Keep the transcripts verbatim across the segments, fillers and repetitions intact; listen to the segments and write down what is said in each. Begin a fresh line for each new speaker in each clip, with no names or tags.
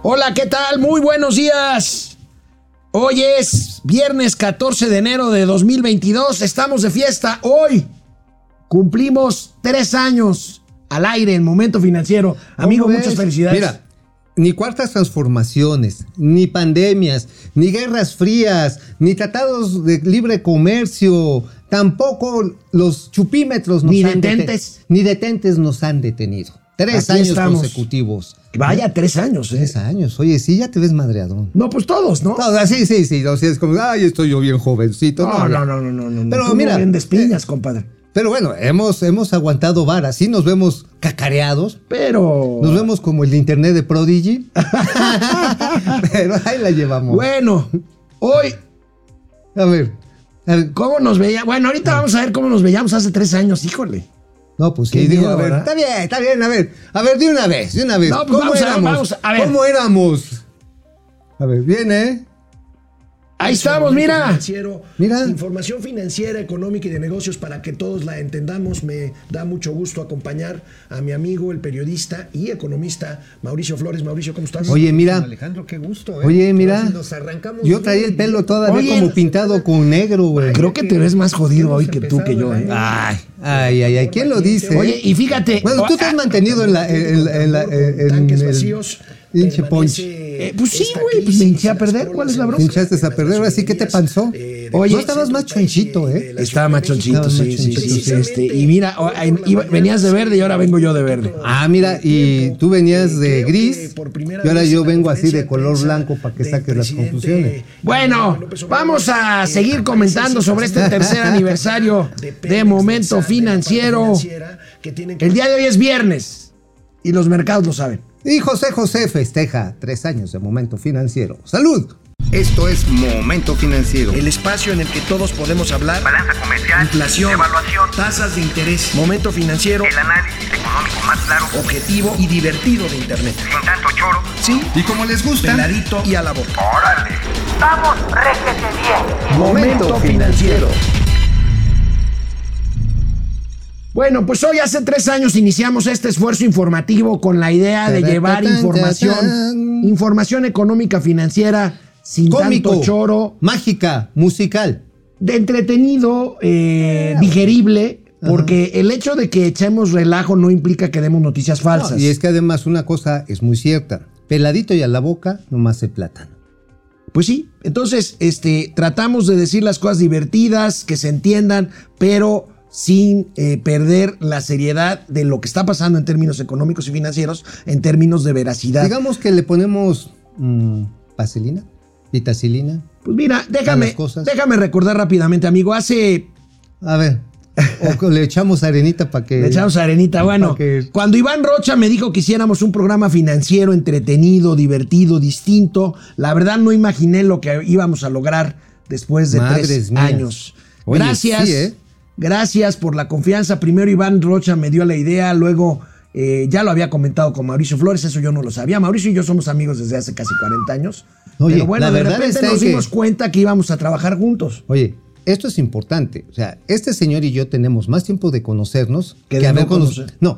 Hola, ¿qué tal? Muy buenos días. Hoy es viernes catorce de enero de dos mil veintidós. Estamos de fiesta. Hoy cumplimos tres años al aire en Momento Financiero. Amigo,
ves?
muchas felicidades.
Mira, ni cuartas transformaciones, ni pandemias, ni guerras frías, ni tratados de libre comercio, tampoco los chupímetros nos
Ni
han
detentes.
deten- ni detentes nos han detenido. Tres
Aquí
años
estamos.
consecutivos.
Vaya, tres años, ¿eh?
Tres años. Oye, sí, ya te ves madreadón.
No, pues todos, ¿no?
No, sí, sí, sí. O sea, es como, ay, estoy yo bien jovencito.
No, no, no, no, no, no.
Pero
Tú
mira,
bien despiñas, compadre.
Pero bueno, hemos, hemos aguantado vara. Sí nos vemos cacareados.
Pero...
Nos vemos como el de internet de Prodigy. Pero ahí la llevamos.
Bueno, hoy,
A ver. A ver.
¿cómo nos veíamos? Bueno, ahorita vamos a ver cómo nos veíamos hace tres años, híjole.
No, pues
Qué
sí, digo,
miedo,
a ver.
¿verdad?
Está bien, está bien, a ver. A ver, de una vez, de una vez.
No, pues
¿Cómo
vamos a ver,
éramos?
vamos a ver.
¿Cómo éramos? A ver, viene.
Ahí estamos, mira.
Financiero,
Mira.
Información financiera, económica y de negocios para que todos la entendamos. Me da mucho gusto acompañar a mi amigo, el periodista y economista Mauricio Flores. Mauricio, ¿cómo estás?
Oye, mira.
Alejandro, qué gusto, ¿eh?
Oye, mira.
Nos arrancamos
Yo traía el pelo todavía
Oye,
como pintado con negro, güey.
Creo que te ves más jodido
Hemos
hoy que tú que yo, ¿eh?
Ay, ay, ay, ay. ¿Quién lo dice?
Oye, y fíjate.
Bueno, tú te has mantenido en la. En, en la en, en
tanques
el
vacíos.
hinche punch.
permanece
Eh, pues sí,
esta
güey, pues
crisis
me hinché a
y las
perder.
colas
¿Cuál es la
en
bronca?
las
Hinchaste a perder, ahora sí, ¿qué te pasó?
eh,
Oye,
del
no
estabas más chonchito, ¿eh?
de la
Estaba
Ciudad de
más
México.
chonchito,
Estaba
sí,
más
sí, sí,
chonchito,
sí,
sí.
este, y mira, oh, ay, iba- venías de verde y ahora vengo yo de verde.
Ah, mira, y tú venías de
Creo que
gris
por primera
y ahora
vez
yo
en la
vengo así
conferencia
de color
prensa
blanco para que
del
saques las
presidente
conclusiones.
Bueno,
López Obrador,
vamos a
eh,
seguir
aparece
comentando
esa
sobre este
situación
tercer aniversario
de
de
Pemex,
Momento
del S A T, de la parte
Financiero.
financiera, que tienen que-
El día de hoy es viernes y los mercados lo saben.
Y José José festeja tres años de Momento Financiero. ¡Salud!
Esto es Momento Financiero.
El espacio en el que todos podemos hablar.
Balanza comercial,
Inflación,
evaluación,
tasas de interés, momento financiero,
el análisis económico más claro,
objetivo y divertido de Internet.
sin tanto choro.
Sí,
Y como les gusta,
peladito y a la boca.
¡Órale! ¡Vamos, réjete bien!
Momento financiero.
Bueno, pues hoy hace tres años iniciamos este esfuerzo informativo con la idea de llevar información, información económica financiera sin
Cómico,
tanto choro,
mágica, musical.
de entretenido, eh, digerible, porque el hecho de que echemos relajo no implica que demos noticias falsas.
No, y es que además una cosa es muy cierta. Peladito y a la boca, nomás el plátano.
Pues sí, entonces este, tratamos de decir las cosas divertidas, que se entiendan, pero sin eh, perder la seriedad de lo que está pasando en términos económicos y financieros, en términos de veracidad.
Digamos que le ponemos mmm, vaselina, vitacilina.
Pues mira,
a
déjame,
las cosas.
déjame recordar rápidamente, amigo, hace...
A ver, o le echamos arenita para que...
Le echamos arenita. Bueno,
pa' que-
cuando Iván Rocha me dijo que hiciéramos un programa financiero entretenido, divertido, distinto, la verdad no imaginé lo que íbamos a lograr después de
Madres
tres
mías.
años.
Oye,
Gracias.
sí, ¿eh?
Gracias por la confianza. Primero Iván Rocha me dio la idea, luego eh, ya lo había comentado con Mauricio Flores, eso yo no lo sabía. Mauricio y yo somos amigos desde hace casi cuarenta años.
Oye,
pero bueno,
la
de
verdad
repente
está
nos
en
dimos
que-
cuenta que íbamos a trabajar juntos.
Oye, esto es importante. O sea, este señor y yo tenemos más tiempo de conocernos
Que de
haber
no
cono-
conocer.
No,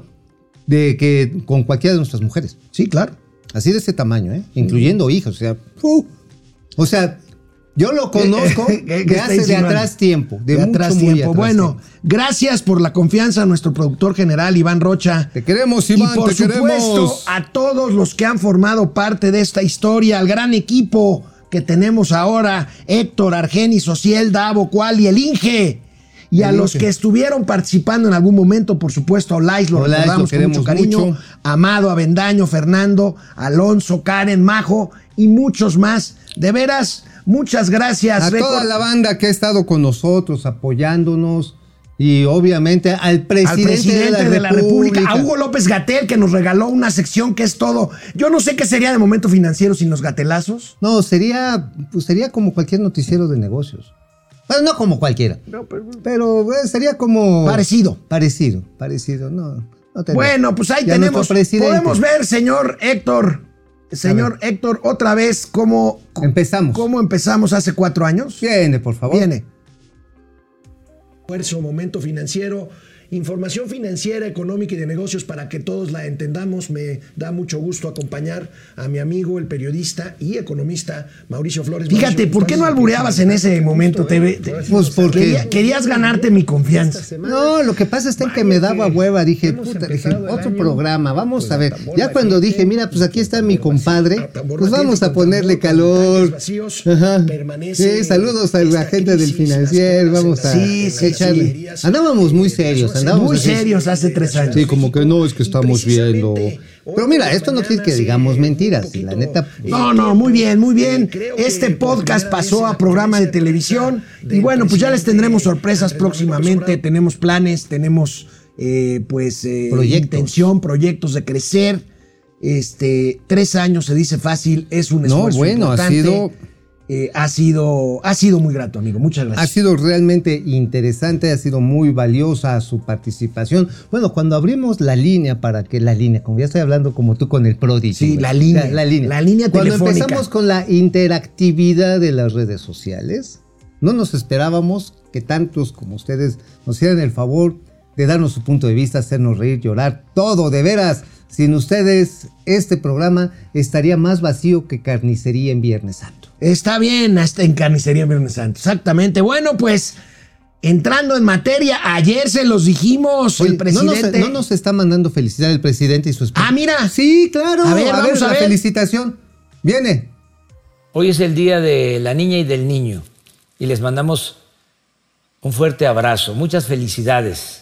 de que con cualquiera de nuestras mujeres.
Sí, claro.
Así de ese tamaño, ¿eh? Incluyendo hijos. O sea, ¡fu! o sea, yo lo conozco
¿Qué- qué- qué
de
está
hace de
insinuando?
atrás tiempo. De,
De
mucho,
atrás
muy
tiempo.
atrás
Bueno,
tiempo.
gracias por la confianza a nuestro productor general Iván Rocha.
Te queremos, Iván,
y por
te
supuesto
queremos.
a todos los que han formado parte de esta historia, al gran equipo que tenemos ahora, Héctor, Argenis, Ociel, Davo, Cual y el Inge. Y a
El
los
Inge.
que estuvieron participando en algún momento, por supuesto, a Olais, lo
Olais,
recordamos
lo
con
queremos
mucho cariño,
mucho.
Amado, Avendaño, Fernando, Alonso, Karen, Majo y muchos más. De veras, muchas gracias.
A
Recor-
toda la banda que ha estado con nosotros, apoyándonos. Y obviamente al presidente,
al presidente
de la, República.
a Hugo López-Gatell, que nos regaló una sección que es todo. Yo no sé qué sería de Momento Financiero sin los gatelazos.
No, sería, pues sería como cualquier noticiero de negocios. Bueno, no como cualquiera. Pero eh, sería como...
Parecido.
Parecido, parecido. No, no tendría.
Bueno, pues ahí
Y a
tenemos.
nuestro presidente.
Podemos ver, señor Héctor. Señor Héctor, otra vez, cómo
Empezamos.
cómo empezamos hace cuatro años.
Viene, por favor.
Viene.
Esfuerzo, momento financiero, Información financiera, económica y de negocios para que todos la entendamos. Me da mucho gusto acompañar a mi amigo, el periodista y economista Mauricio Flores.
Fíjate,
Mauricio,
¿por qué no albureabas en ese momento? Te, te,
Pues porque
quería- querías ganarte mi confianza.
No, lo que pasa es que me daba hueva. Dije, puta, dije, otro programa, vamos a ver. Ya cuando dije, mira, pues aquí está mi compadre, pues vamos a ponerle calor. Ajá. Sí, saludos a la gente del financiero, vamos a
Sí, sí,
echarle. Andábamos muy serios, andábamos
Muy
así.
serios hace tres años.
Sí, como que no, es que estamos viendo. Pero mira, esto no quiere que digamos mentiras, y la neta.
No, no, muy bien, muy bien. Este podcast pasó a programa de televisión y bueno, pues ya les tendremos sorpresas próximamente. Tenemos planes, tenemos eh, pues eh,
Proyectos.
intención, proyectos de crecer. Este, tres años se dice fácil, es un
No,
esfuerzo
bueno, ha
importante.
sido-
Eh, ha sido ha sido muy grato, amigo. Muchas
Ha
gracias.
sido realmente interesante, ha sido muy valiosa su participación. Bueno, cuando abrimos la línea para que la línea, como ya estoy hablando como tú con el Prodigy.
Sí,
güey.
la línea,
La, línea.
la línea
Cuando
telefónica.
empezamos con la interactividad de las redes sociales, no nos esperábamos que tantos como ustedes nos hicieran el favor de darnos su punto de vista, hacernos reír, llorar, todo, de veras. Sin ustedes, este programa estaría más vacío que carnicería en Viernes Santo.
Está bien, hasta en Carnicería Viernes Santo. Exactamente. Bueno, pues entrando en materia, ayer se los dijimos,
Oye,
el presidente.
No nos, no nos está mandando felicitar el presidente y su esposa.
Ah, mira.
Sí, claro.
A ver, vamos a
la
ver.
felicitación. Viene.
Hoy es el día de la niña y del niño y les mandamos un fuerte abrazo. Muchas felicidades.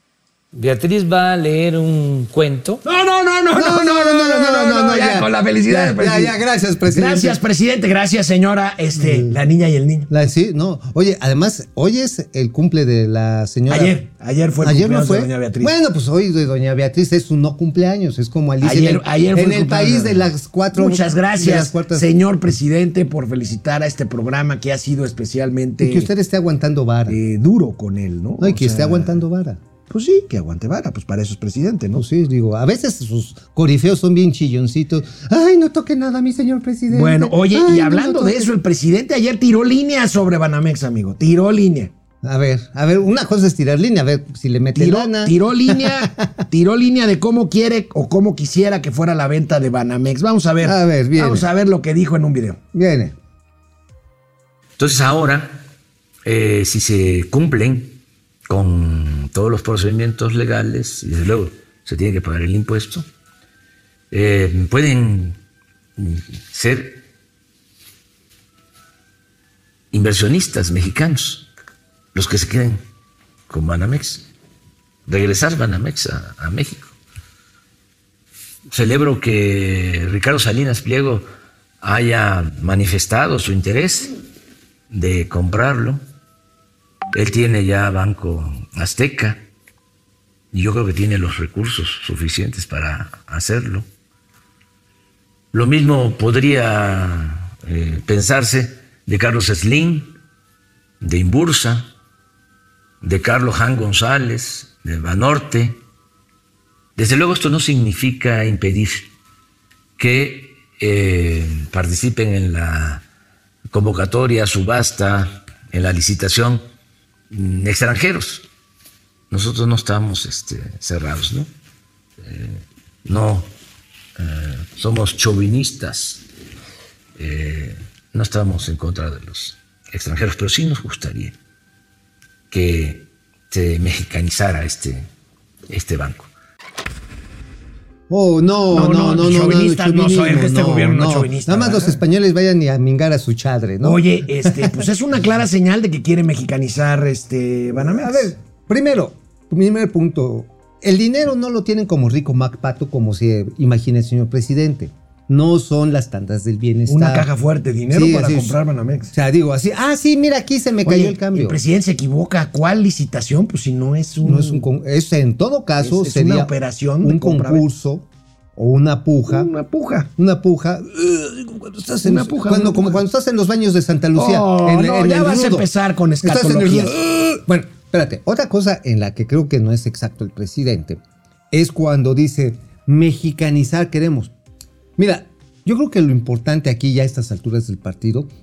Beatriz va a leer un cuento.
No, no, no, no, no, no, no, no, no, no, no, ya, con la felicidad.
Ya,
del presidente.
ya, ya, gracias, presidente.
Gracias, presidente. Gracias, señora. Este, la niña y el niño.
La, sí, no. Oye, además, hoy es el cumple de la señora.
Ayer, ayer fue el
¿Ayer no
cumpleaños
fue?
de doña Beatriz.
Bueno, pues hoy de doña Beatriz es un no cumpleaños. Es como Alicia
Ayer,
en el,
ayer fue
en
el
el
cumpleaños
país
de-
de las cuatro.
Muchas
de
gracias,
las cuartas-
señor presidente, por felicitar a este programa que ha sido especialmente
Y que usted esté aguantando vara.
eh, duro con él, ¿no?
No, y
O
que esté
sea,
aguantando vara.
Pues sí, que aguante vara, pues para eso es presidente, ¿no?
No, sí, digo, a veces sus corifeos son bien chilloncitos. Ay, no toque nada, mi señor presidente.
Bueno, oye,
Ay,
y
no
hablando
lo
de
toque.
eso, el presidente ayer tiró línea sobre Banamex, amigo. Tiró línea.
A ver, a ver, una cosa es tirar línea, a ver si le mete
Tiró,
lana.
tiró línea, tiró línea de cómo quiere o cómo quisiera que fuera la venta de Banamex. Vamos a ver.
A ver, viene.
Vamos a ver lo que dijo en un video.
Viene.
Entonces ahora, eh, si se cumplen con todos los procedimientos legales, y desde luego se tiene que pagar el impuesto, eh, pueden ser inversionistas mexicanos los que se queden con Banamex, regresar Banamex a, a México. Celebro que Ricardo Salinas Pliego haya manifestado su interés de comprarlo. Él tiene ya Banco Azteca y yo creo que tiene los recursos suficientes para hacerlo. Lo mismo podría eh, pensarse de Carlos Slim, de Inbursa, de Carlos Jan González, de Banorte. Desde luego esto no significa impedir que eh, participen en la convocatoria, subasta, en la licitación extranjeros. Nosotros no estamos este, cerrados, ¿no? Eh, no eh, somos chauvinistas, eh, no estamos en contra de los extranjeros, pero sí nos gustaría que se mexicanizara este, este banco.
Oh, no,
No,
no,
no,
no, no,
chauvinistas no soy, que este gobierno no es chauvinista,
Nada más
¿verdad?
los españoles vayan a mingar a su chadre, ¿no?
Oye, este, pues es una clara señal de que quiere mexicanizar este Banamex.
A ver, primero, primer punto. El dinero no lo tienen como rico MacPato, como se imagina el señor presidente. No son las tandas del bienestar.
Una caja fuerte, dinero
Sí,
para
así es.
comprar Banamex.
O sea, digo así, ah, sí, mira, aquí se me cayó
Oye,
el cambio.
El presidente se equivoca. ¿Cuál licitación? Pues si no es un.
No es un con- es en todo caso
Es- es
sería
una operación de
un
compra-
concurso o una puja.
Una puja.
Una puja. uh, cuando estás en
Una
los-
puja,
cuando-
una
como
puja.
cuando estás en los baños de Santa Lucía.
Oh,
en,
no,
en
ya
el
vas a
rudo.
empezar con
Estás en el
escatologías.
rudo. Uh, Bueno, espérate. Otra cosa en la que creo que no es exacto el presidente es cuando dice mexicanizar queremos. Mira, yo creo que lo importante aquí ya a estas alturas del partido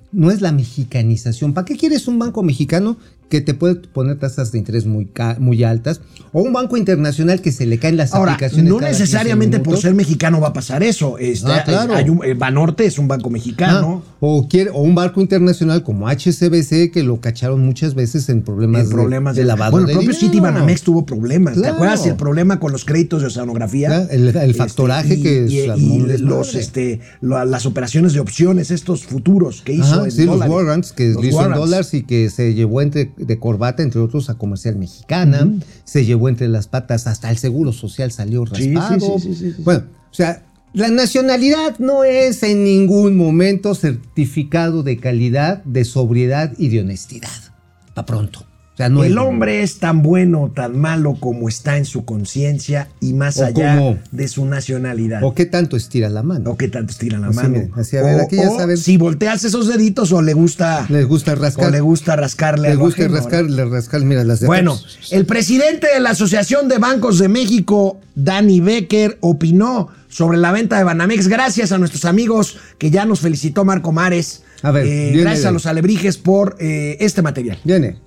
no es la mexicanización. ¿Para qué quieres un banco mexicano que te puede poner tasas de interés muy, ca- muy altas? O un banco internacional que se le caen las
Ahora,
aplicaciones.
no
cada
necesariamente
quince
por
minutos.
ser mexicano va a pasar eso. Este,
Ah, claro.
hay un- eh, Banorte es un banco mexicano.
Ah, o, quiere, o un barco internacional como H S B C, que lo cacharon muchas veces en problemas,
En problemas
de, de lavado
Bueno, el
de
propio
dinero.
Citibanamex tuvo problemas. ¿Te
Claro.
acuerdas el problema con los créditos de oceanografía?
Claro, el- el factoraje
y,
que
y,
se
y
armó un desmadre.
los, este, lo- las operaciones de opciones, estos futuros que hizo
Ajá,
en
sí, los
dólares.
warrants, que
Los
lo hizo en
warrants.
dólares y que se llevó entre, de corbata, entre otros, a Comercial Mexicana, uh-huh. se llevó entre las patas, hasta el Seguro Social salió raspado.
Sí, sí, sí, sí, sí.
Bueno, o sea, la nacionalidad no es en ningún momento certificado de calidad, de sobriedad y de honestidad. Pa' pronto. O sea, no
el
es
hombre es tan bueno o tan malo como está en su conciencia y más
O
allá
como-
de su nacionalidad.
¿O qué tanto estira la mano?
O qué tanto estiran la
Así,
mano.
miren, así, a ver,
o,
aquí ya
o
saben.
si volteas esos deditos o le gusta,
Les gusta rascar.
o le gusta rascarle
Les
a lo
gusta
ajeno,
rascar,
¿verdad?
le rascar, mira, las de
Bueno,
acá.
el presidente de la Asociación de Bancos de México, Danny Becker, opinó sobre la venta de Banamex. Gracias a nuestros amigos que ya nos felicitó Marco Mares.
A ver,
Eh,
viene
gracias
de-
a los alebrijes por eh, este material.
Viene.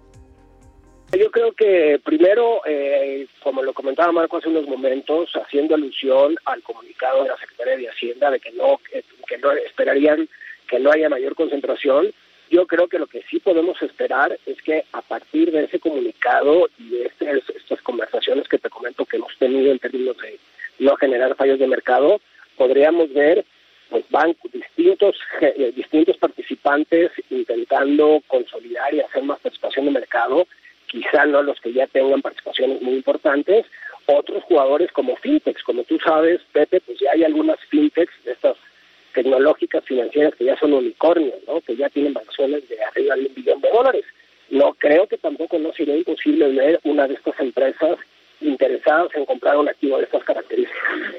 Yo creo que primero, eh, como lo comentaba Marco hace unos momentos, haciendo alusión al comunicado de la Secretaría de Hacienda de que no, que, que no esperarían que no haya mayor concentración, yo creo que lo que sí podemos esperar es que a partir de ese comunicado y de este, estas conversaciones que te comento que hemos tenido en términos de no generar fallos de mercado, podríamos ver pues bancos, distintos, eh, distintos participantes intentando consolidar y hacer más participación de mercado, quizá no los que ya tengan participaciones muy importantes, otros jugadores como fintechs, como tú sabes, Pepe, pues ya hay algunas fintechs de estas tecnológicas financieras que ya son unicornios, ¿no? Que ya tienen valuaciones de arriba de un billón de dólares. No creo que tampoco no sería imposible ver una de estas empresas interesadas en comprar un activo de estas características.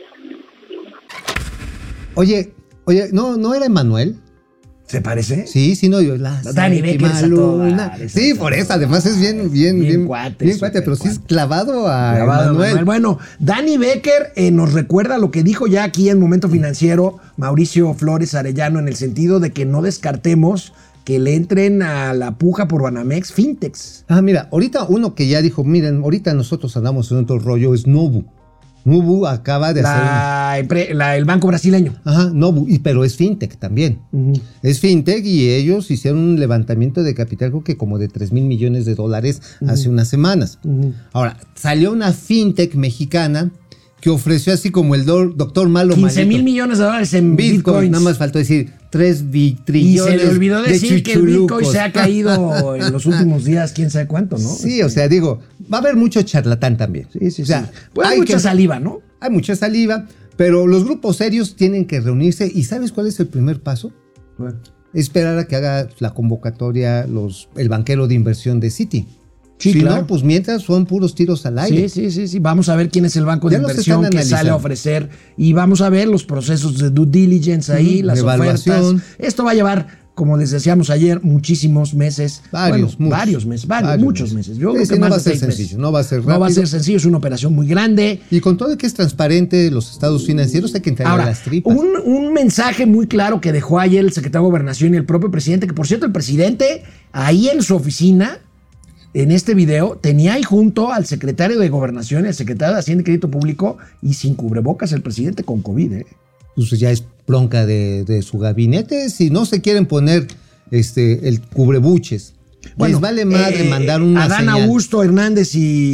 Oye, oye, ¿no, no era Emanuel?
¿Se parece?
Sí, sí, no, yo la
Danny Becker es a todo dar, es a
Sí,
todo
por eso,
dar.
además es bien, bien,
Bien
bien,
cuate,
bien cuate,
súper
pero sí es
cuate.
clavado a
Grabado,
Emanuel.
Manuel. Bueno, Danny Becker eh, nos recuerda lo que dijo ya aquí en Momento Financiero Mauricio Flores Arellano, en el sentido de que no descartemos que le entren a la puja por Banamex fintechs.
Ah, mira, ahorita uno que ya dijo, miren, ahorita nosotros andamos en otro rollo, es Nobu. Nobu acaba de hacer...
La, empre- la- el banco brasileño.
Ajá, Nobu, y, pero es fintech también.
Ujú.
Es fintech y ellos hicieron un levantamiento de capital, creo que como de tres mil millones de dólares hace unas semanas.
Ujú.
Ahora, salió una fintech mexicana que ofreció así como el do- doctor malo
quince mil
malito.
millones de dólares en
Bitcoin,
bitcoins.
nada más faltó decir tres
Y
trillones.
se le olvidó
de
decir que el Bitcoin
chuchulucos.
se ha caído en los últimos días, quién sabe cuánto, ¿no?
Sí, o sea, digo, va a haber mucho charlatán también.
Sí, sí,
o sea,
sí. Pues hay
hay
mucha
que-
saliva, ¿no?
Hay mucha saliva, pero los grupos serios tienen que reunirse. ¿Y sabes cuál es el primer paso? Esperar a que haga la convocatoria los, el banquero de inversión de Citi.
Sí,
si
claro.
no, pues mientras son puros tiros al aire.
Sí, sí, sí, sí. Vamos a ver quién es el banco de
Ya los
inversión
están
que sale a
analizando.
ofrecer y vamos a ver los procesos de due diligence ahí,
Ujú,
las
de evaluación.
ofertas. Esto va a llevar, como les decíamos ayer, muchísimos meses.
Varios,
Bueno,
muchos.
varios meses, varios,
Varios
muchos meses.
meses.
Yo
Sí,
creo
sí,
que
no
más
va a
de
ser
seis
sencillo,
meses.
no va a ser
No va a
rápido.
ser sencillo, es una operación muy grande.
Y con todo que es transparente los estados financieros, hay que entrar a
Ahora,
las tripas.
un, un mensaje muy claro que dejó ayer el secretario de Gobernación y el propio presidente, que por cierto, el presidente ahí en su oficina, en este video, tenía ahí junto al secretario de Gobernación y al secretario de Hacienda y Crédito Público y sin cubrebocas el presidente con COVID, ¿eh?
Pues ya es bronca de, de su gabinete. Si no se quieren poner este el cubrebuches, les vale madre
eh,
mandar una
Adán
señal.
Augusto Hernández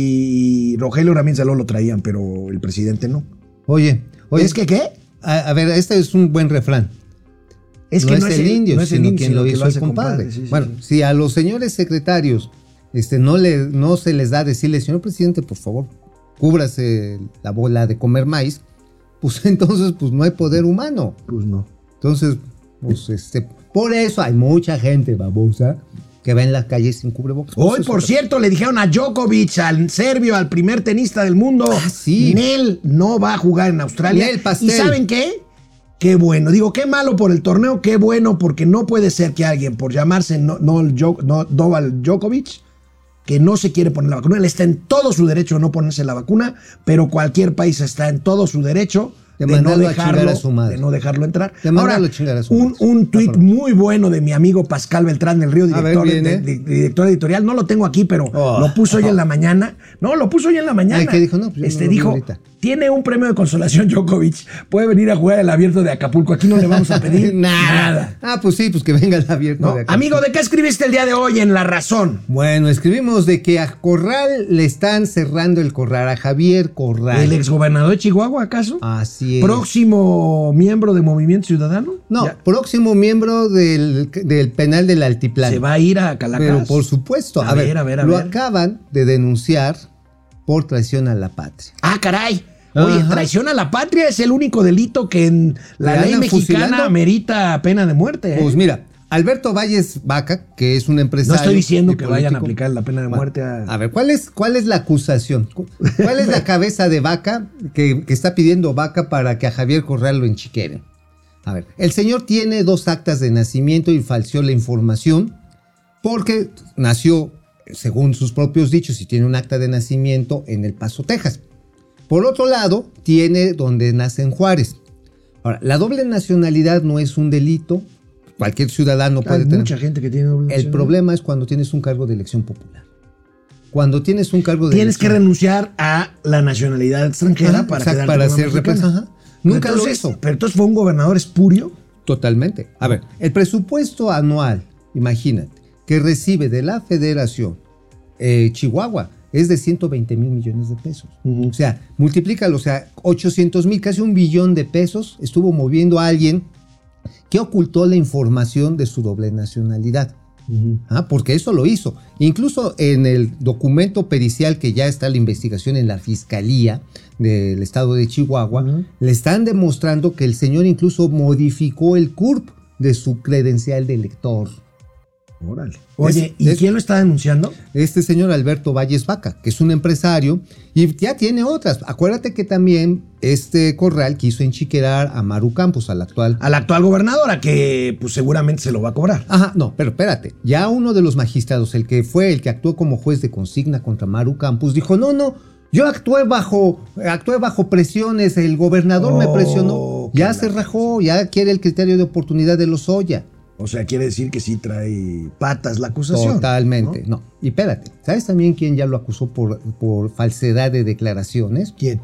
y Rogelio Ramírez Saló lo traían, pero el presidente no.
Oye, oye.
¿Es que qué?
A, a ver, este es un buen refrán.
Es
no
que
es,
no es
el indio,
no es el
sino
indio,
quien
sino
lo
que
hizo
lo
el
hace
compadre.
compadre, sí, sí,
bueno,
sí.
si a los señores secretarios este, no, le, no se les da decirle, señor presidente, por favor, cúbrase la bola de comer maíz, pues entonces pues no hay poder humano.
Pues no.
Entonces, pues este, por eso hay mucha gente babosa que va en las calles sin cubrebocas.
Hoy,
Pues,
por
eso-
cierto, le dijeron a Djokovic, al serbio, al primer tenista del mundo,
Ah, sí.
Nel no va a jugar en Australia.
Nel Pastel.
¿Y saben qué? Qué bueno. Digo, qué malo por el torneo, qué bueno, porque no puede ser que alguien, por llamarse no, no, no, Novak Djokovic, que no se quiere poner la vacuna, él está en todo su derecho de no ponerse la vacuna, pero cualquier país está en todo su derecho
De
no
mandarlo a
dejarlo,
chingar a su madre.
de no dejarlo entrar.
De mandarlo
Ahora,
a chingar a su
un,
madre.
un tuit
Ah, perdón.
muy bueno de mi amigo Pascal Beltrán del Río,
A ver,
director,
viene.
de- de- director editorial. No lo tengo aquí, pero
Oh.
lo puso hoy en la mañana. No, lo puso hoy en la mañana.
Ay, ¿qué dijo? No, pues yo
este
no lo vi
dijo,
ahorita.
tiene un premio de consolación Djokovic. Puede venir a jugar el abierto de Acapulco. Aquí no le vamos a pedir nada.
Ah, pues sí, pues que venga el abierto
¿No?
de acá.
Amigo, ¿de qué escribiste el día de hoy en La Razón?
Bueno, escribimos de que a Corral le están cerrando el corral, a Javier Corral.
¿El exgobernador de Chihuahua, acaso?
Así es.
¿Próximo miembro de Movimiento Ciudadano?
No,
Ya.
próximo miembro del, del penal del Altiplano.
¿Se va a ir a Calacas?
Pero por supuesto, a,
A
ver,
ver, a ver, a
lo
ver.
acaban de denunciar por traición a la patria.
Ah, caray. Oye,
Ajá.
traición a la patria es el único delito que en la
¿Le
ley
andan
mexicana
fusilando?
amerita pena de muerte. ¿eh?
Pues mira, Alberto Valles Vaca, que es un
No
empresario.
estoy diciendo
y
que vayan a
político.
aplicar la pena de
Bueno,
muerte a...
A ver, ¿cuál es, cuál es la acusación? ¿Cu- ¿Cuál es la cabeza de Vaca que, que está pidiendo Vaca para que a Javier Corral lo enchiqueren? A ver, el señor tiene dos actas de nacimiento y falseó la información porque nació, según sus propios dichos, y tiene un acta de nacimiento en El Paso, Texas. Por otro lado, tiene donde nace en Juárez. Ahora, la doble nacionalidad no es un delito. Cualquier ciudadano puede
Hay
tener.
mucha gente que tiene doble
El
nacionalidad.
problema es cuando tienes un cargo de elección popular. Cuando tienes un cargo de
Tienes que
elección-
renunciar a la nacionalidad extranjera
Ajá,
para
exacto,
quedarte
para
con la
ser
mexicana.
representante. Ajá. Nunca lo
Entonces,
hizo.
Pero entonces fue un gobernador espurio.
Totalmente. A ver, el presupuesto anual, imagínate, que recibe de la Federación eh, Chihuahua es de ciento veinte mil millones de pesos.
Ujú.
O sea, multiplícalo, o sea, ochocientos mil, casi un billón de pesos estuvo moviendo a alguien que ocultó la información de su doble nacionalidad. Ah, porque eso lo hizo. Incluso en el documento pericial que ya está la investigación en la Fiscalía del Estado de Chihuahua,
Uh-huh.
le están demostrando que el señor incluso modificó el C U R P de su credencial de elector.
Órale. Oye, ¿y
Es-
quién lo está denunciando?
Este señor Alberto Valles Vaca, que es un empresario y ya tiene otras. Acuérdate que también este Corral quiso enchiquerar a Maru Campos, al actual.
A la actual gobernadora, que pues seguramente se lo va a cobrar.
Ajá, no, pero espérate. Ya uno de los magistrados, el que fue el que actuó como juez de consigna contra Maru Campos, dijo, no, no, yo actué bajo, actué bajo presiones, el gobernador me
Oh,
presionó.
qué
Ya se
la-
rajó, ya quiere el criterio de oportunidad de Lozoya.
O sea, quiere decir que sí trae patas la acusación.
Totalmente,
¿no?
no. Y espérate, ¿sabes también quién ya lo acusó por, por falsedad de declaraciones?
¿Quién?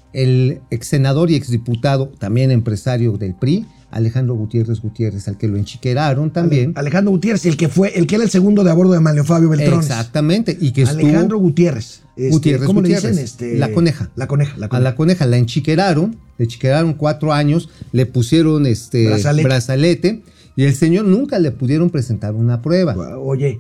El ex senador y exdiputado, también empresario del P R I, Alejandro Gutiérrez Gutiérrez, al que lo enchiqueraron también.
Alejandro Gutiérrez, el que fue, el que era el segundo de a bordo de Manlio Fabio Beltrones.
Exactamente, y que estuvo...
Alejandro Gutiérrez. Este,
Gutiérrez
¿Cómo
Gutiérrez,
le dicen? Este,
la coneja.
La coneja, la
A
coneja.
la coneja la enchiqueraron, le enchiqueraron cuatro años, le pusieron este
Brazalete.
brazalete, y el señor nunca le pudieron presentar una prueba.
Oye,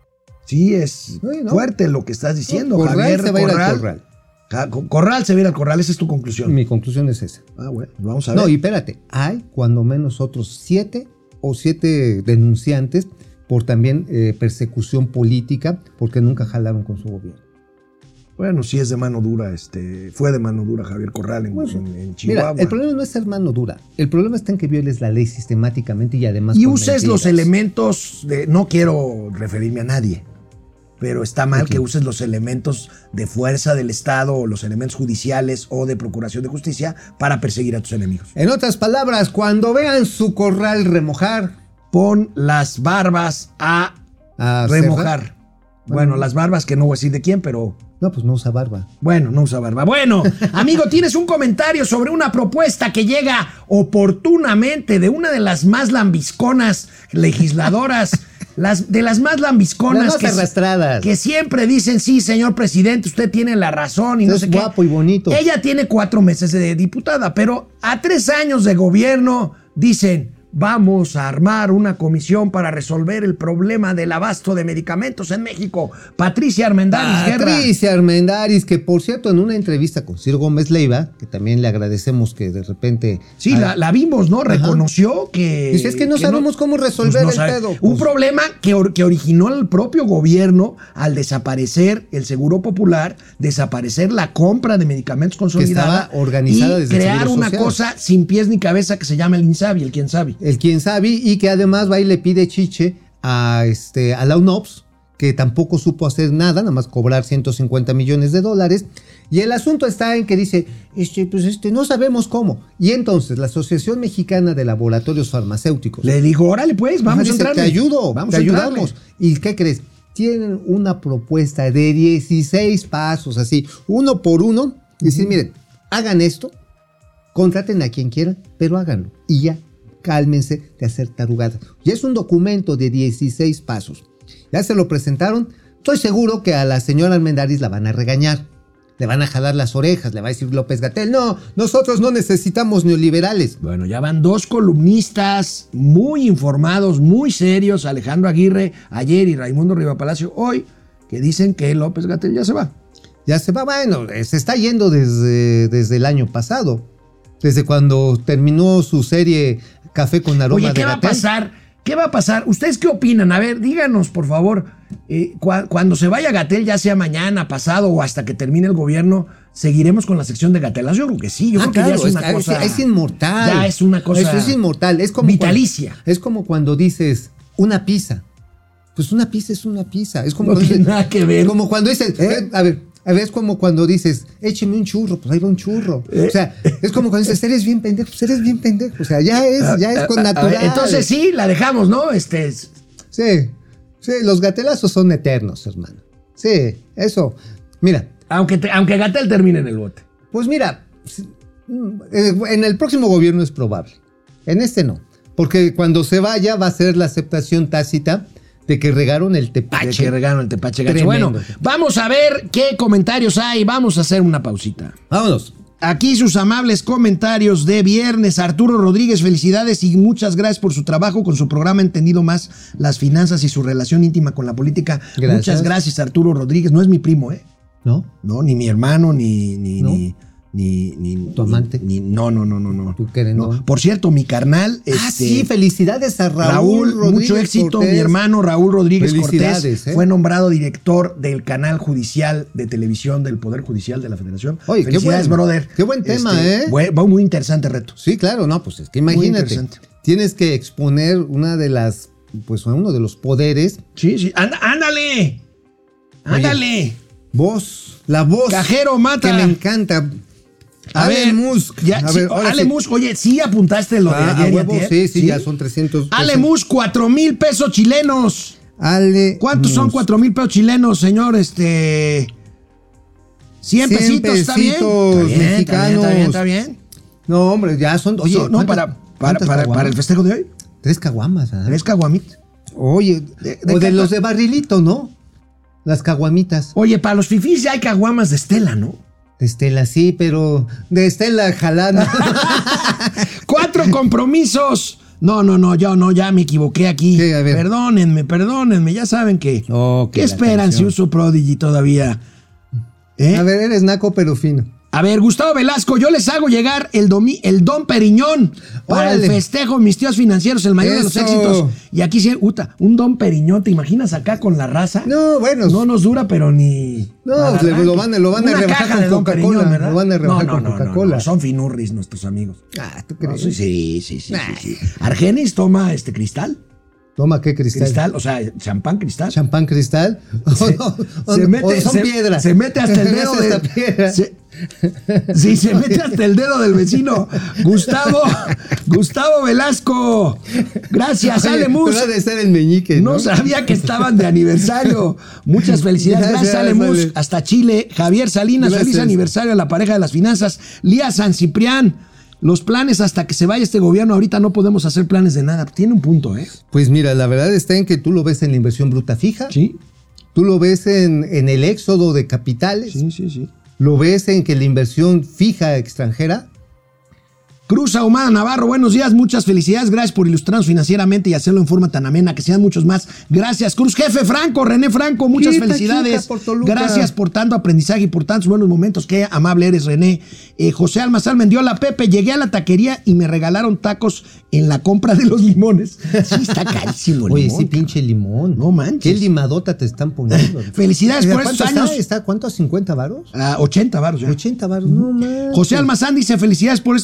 sí es
Sí, ¿no?
fuerte lo que estás diciendo.
Corral
Javier
se va a ir al
Corral.
corral.
Ja- Co- Corral se va a ir al corral, esa es tu conclusión.
Mi conclusión es esa.
Ah, bueno, vamos a ver.
No, y espérate, hay cuando menos otros siete o siete denunciantes por también eh, persecución política, porque nunca jalaron con su gobierno.
Bueno, sí es de mano dura, este, fue de mano dura Javier Corral en, en- en Chihuahua.
Mira, el problema no es ser mano dura, el problema está en que violes la ley sistemáticamente y además
y
con
uses los
mentiras.
elementos de, no quiero referirme a nadie, pero está mal
Ok.
que uses los elementos de fuerza del Estado o los elementos judiciales o de procuración de justicia para perseguir a tus enemigos.
En otras palabras, cuando vean su corral remojar,
Pon las barbas a
a
remojar.
cerrar.
Bueno,
Bueno.
las barbas que no voy a decir de quién, pero
No, pues no usa barba.
bueno, no usa barba. Bueno, amigo, tienes un comentario sobre una propuesta que llega oportunamente de una de las más lambisconas legisladoras, las, de las más lambisconas
Las más
que,
arrastradas.
que siempre dicen, sí, señor presidente, usted tiene la razón y no
Es
sé qué.
guapo y bonito.
Ella tiene cuatro meses de diputada, pero a tres años de gobierno dicen, vamos a armar una comisión para resolver el problema del abasto de medicamentos en México. Patricia Armendáriz Guerra.
Patricia Armendáriz, que por cierto, en una entrevista con Ciro Gómez Leiva, que también le agradecemos que de repente...
Sí,
ah,
la, la vimos, ¿no?
Ajá.
Reconoció que...
Dice, es que no sabemos cómo resolver
no
el
sabe.
pedo.
Un
Pues-
problema que, or- que originó el propio gobierno al desaparecer el Seguro Popular, desaparecer la compra de medicamentos consolidada
estaba organizada
y
desde el
crear
Seguro
una
Social.
cosa sin pies ni cabeza que se llama el INSABI, el quién sabe.
El quien sabe, y que además va y le pide chiche a, este, a la U N O P S, que tampoco supo hacer nada, nada más cobrar ciento cincuenta millones de dólares. Y el asunto está en que dice, este, pues este, no sabemos cómo. Y entonces la Asociación Mexicana de Laboratorios Farmacéuticos
le dijo, órale pues, vamos
dice,
a entrarle.
Te ayudo,
vamos
te
a
ayudamos. ¿Y qué crees? Tienen una propuesta de dieciséis pasos, así, uno por uno. Y decir, uh-huh. miren, hagan esto, contraten a quien quieran, pero háganlo. Y ya, cálmense de hacer tarugadas. Y es un documento de dieciséis pasos. Ya se lo presentaron. Estoy seguro que a la señora Armendáriz la van a regañar. Le van a jalar las orejas, le va a decir López-Gatell, no, nosotros no necesitamos neoliberales.
Bueno, ya van dos columnistas muy informados, muy serios, Alejandro Aguirre ayer y Raimundo Rivapalacio hoy, que dicen que López-Gatell ya se va.
Ya se va, bueno, se está yendo desde, desde el año pasado, desde cuando terminó su serie Café con aroma
Oye,
de
¿qué va
Gatell?
a pasar? ¿Qué va a pasar? ¿Ustedes qué opinan? A ver, díganos, por favor. Eh, cu- cuando se vaya Gatell, ya sea mañana, pasado o hasta que termine el gobierno, ¿seguiremos con la sección de Gatelazo? Yo creo que sí. Yo
Ah,
creo que
claro,
ya es una
es,
cosa...
es, es inmortal.
Ya es una cosa...
Eso es inmortal. Es como
vitalicia.
Cuando, es como cuando dices una pizza. Pues una pizza es una pizza. Es como
No
cuando
tiene
dices,
nada que ver.
Como cuando dices,
¿Eh?
a ver, a ver, es como cuando dices, écheme un churro, pues ahí va un churro.
¿Eh?
O sea, es como cuando dices, eres bien pendejo, pues eres bien pendejo. O sea, ya es, ya es con
A ver,
natural.
entonces sí, la dejamos, ¿no? Este...
Sí, sí, los gatelazos son eternos, hermano. Sí, eso. Mira,
Aunque, te- aunque Gatell termine en el bote.
pues mira, en el próximo gobierno es probable. En este no. Porque cuando se vaya va a ser la aceptación tácita de que regaron el tepache.
De que regaron el tepache gacho.
Tremendo.
Bueno, vamos a ver qué comentarios hay. Vamos a hacer una pausita.
Vámonos.
Aquí sus amables comentarios de viernes. Arturo Rodríguez, felicidades y muchas gracias por su trabajo con su programa Entendido Más las Finanzas y su relación íntima con la política.
Gracias.
Muchas gracias, Arturo Rodríguez. No es mi primo, ¿eh?
¿No?
No, ni mi hermano, ni... ni,
¿No?
ni Ni, ni,
¿Tu amante?
Ni, ni- no, no, no, no, no.
¿Tu querendón?
No. Por cierto, mi carnal.
Ah,
este,
sí, felicidades a Raúl,
Raúl,
Rodríguez
mucho éxito.
Cortés.
Mi hermano Raúl Rodríguez
Felicidades,
Cortés
¿eh?
fue nombrado director del canal judicial de televisión del Poder Judicial de la Federación.
Oye, qué
Felicidades,
buen-
brother.
qué buen tema, ¿eh?
bue- Va muy interesante reto.
Sí, claro, no, pues es que
Muy
imagínate.
interesante.
Tienes que exponer una de las, pues uno de los poderes.
Sí, sí. Anda- ándale. Ándale.
Voz, la voz.
Cajero, mata.
Que me encanta.
A
Ale
ver,
Musk.
ya,
a
sí,
ver, ahora
Ale
sí.
Musk, oye, sí apuntaste lo de
Ah,
ayer
a
y
huevo,
antier?
sí, sí, ya son trescientos.
Ale Musk, cuatro mil pesos chilenos.
Ale
¿Cuántos son
Musk.
cuatro mil pesos chilenos, señor? Este. cien
Cien
pesitos, ¿está bien?
pesitos
Está bien,
mexicanos.
Está bien, está bien. Está bien.
No, hombre, ya son. Oye,
So- no,
¿cuántas-
para, para,
cuántas
para,
caguamas?
para el festejo de hoy.
Tres caguamas, ¿ah?
Tres caguamitas.
Oye,
De- de
o de
qué-
los de barrilito, ¿no? Las caguamitas.
Oye, para los fifís ya hay caguamas de Estela, ¿no?
De Estela, sí, pero de Estela jalando.
Cuatro compromisos. No, no, no, yo no, ya me equivoqué aquí.
¿Qué? A ver.
Perdónenme, perdónenme, ya saben que.
Oh, que
¿Qué
la
esperan si
canción.
uso Prodigy todavía? ¿Eh?
A ver, eres naco pero fino.
A ver, Gustavo Velasco, yo les hago llegar el, domi- el Don Periñón para
Órale.
el festejo, mis tíos financieros, el mayor de los
Eso.
éxitos. Y aquí sí, uta, un Don Periñón, ¿te imaginas acá con la raza?
No, bueno.
No nos dura, pero ni.
No,
para
le-
arranque.
lo van a- lo van a
Una
rebajar
caja
con
de Don
Coca-Cola,
Periñón, ¿verdad?
lo van a rebajar
no,
con
no, no,
Coca-Cola.
no, son finurris nuestros amigos.
Ah, ¿tú
No,
crees?
sí, sí, sí, sí, sí, sí. Argenis toma este cristal.
Toma, ¿qué cristal?
Cristal, o sea, champán cristal.
¿Champán cristal?
Se,
O- o-
se mete,
o son
se,
piedra.
se mete hasta el dedo
Es
del,
esta piedra.
se- sí, se mete hasta el dedo del vecino. Gustavo, Gustavo Velasco. Gracias,
Oye,
Ale Mus.
pero ha de ser el meñique, ¿no?
No sabía que estaban de aniversario. Muchas felicidades. Gracias,
Gracias,
Ale Mus.
Ale.
Hasta Chile. Javier Salinas,
Gracias.
feliz aniversario a la pareja de las finanzas. Lía San Ciprián. Los planes hasta que se vaya este gobierno, ahorita no podemos hacer planes de nada. Tiene un punto, ¿eh?
Pues mira, la verdad está en que tú lo ves en la inversión bruta fija.
Sí,
Tú lo ves en, en el éxodo de capitales.
sí, sí, sí.
Lo ves en que la inversión fija extranjera.
Cruz Ahumada Navarro, buenos días, muchas felicidades, gracias por ilustrarnos financieramente y hacerlo en forma tan amena, que sean muchos más. Gracias, Cruz Jefe Franco, René Franco, muchas
Sí,
felicidades.
Pachuca, por Toluca.
Gracias por tanto aprendizaje y por tantos buenos momentos. Qué amable eres, René. Eh, José Almazán Mendiola, Pepe, llegué a la taquería y me regalaron tacos en la compra de los limones. Sí, está carísimo el
Oye,
limón.
sí, pinche limón.
No manches.
¿Qué limadota te están poniendo?
Felicidades por
¿Cuánto
estos
está?
años.
¿Está cuánto? ¿cincuenta varos?
Ah, ochenta varos ya.
ochenta varos, no más.
José Almazán dice, felicidades por estos años, los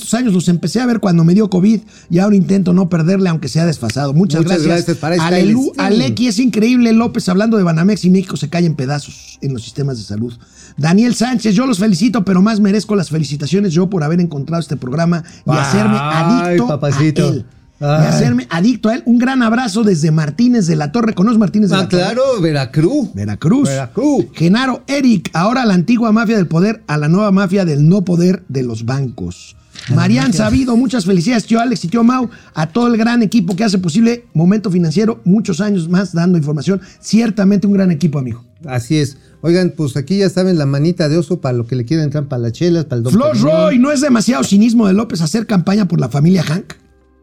empecé a ver cuando me dio COVID y ahora intento no perderle aunque sea desfasado. Muchas,
Muchas
gracias.
gracias para esta
Alelu,
Styling.
Aleki, es increíble. López hablando de Banamex y México se cae en pedazos en los sistemas de salud. Daniel Sánchez, yo los felicito, pero más merezco las felicitaciones yo por haber encontrado este programa y
Ay,
hacerme adicto
papacito.
a él. Y
Ay.
hacerme adicto a él. Un gran abrazo desde Martínez de la Torre. ¿Conoces Martínez de
Ah,
la Torre?
claro, Veracruz.
Veracruz.
Veracruz.
Genaro Eric, ahora la antigua mafia del poder a la nueva mafia del no poder de los bancos. Marian Sabido, muchas felicidades, tío Alex y tío Mau, a todo el gran equipo que hace posible Momento Financiero, muchos años más dando información. Ciertamente un gran equipo, amigo.
Así es. Oigan, pues aquí ya saben la manita de oso para lo que le quieran entrar para las chelas, para el don
Flor
Pedro.
Roy, ¿no es demasiado cinismo de López hacer campaña por la familia Hank?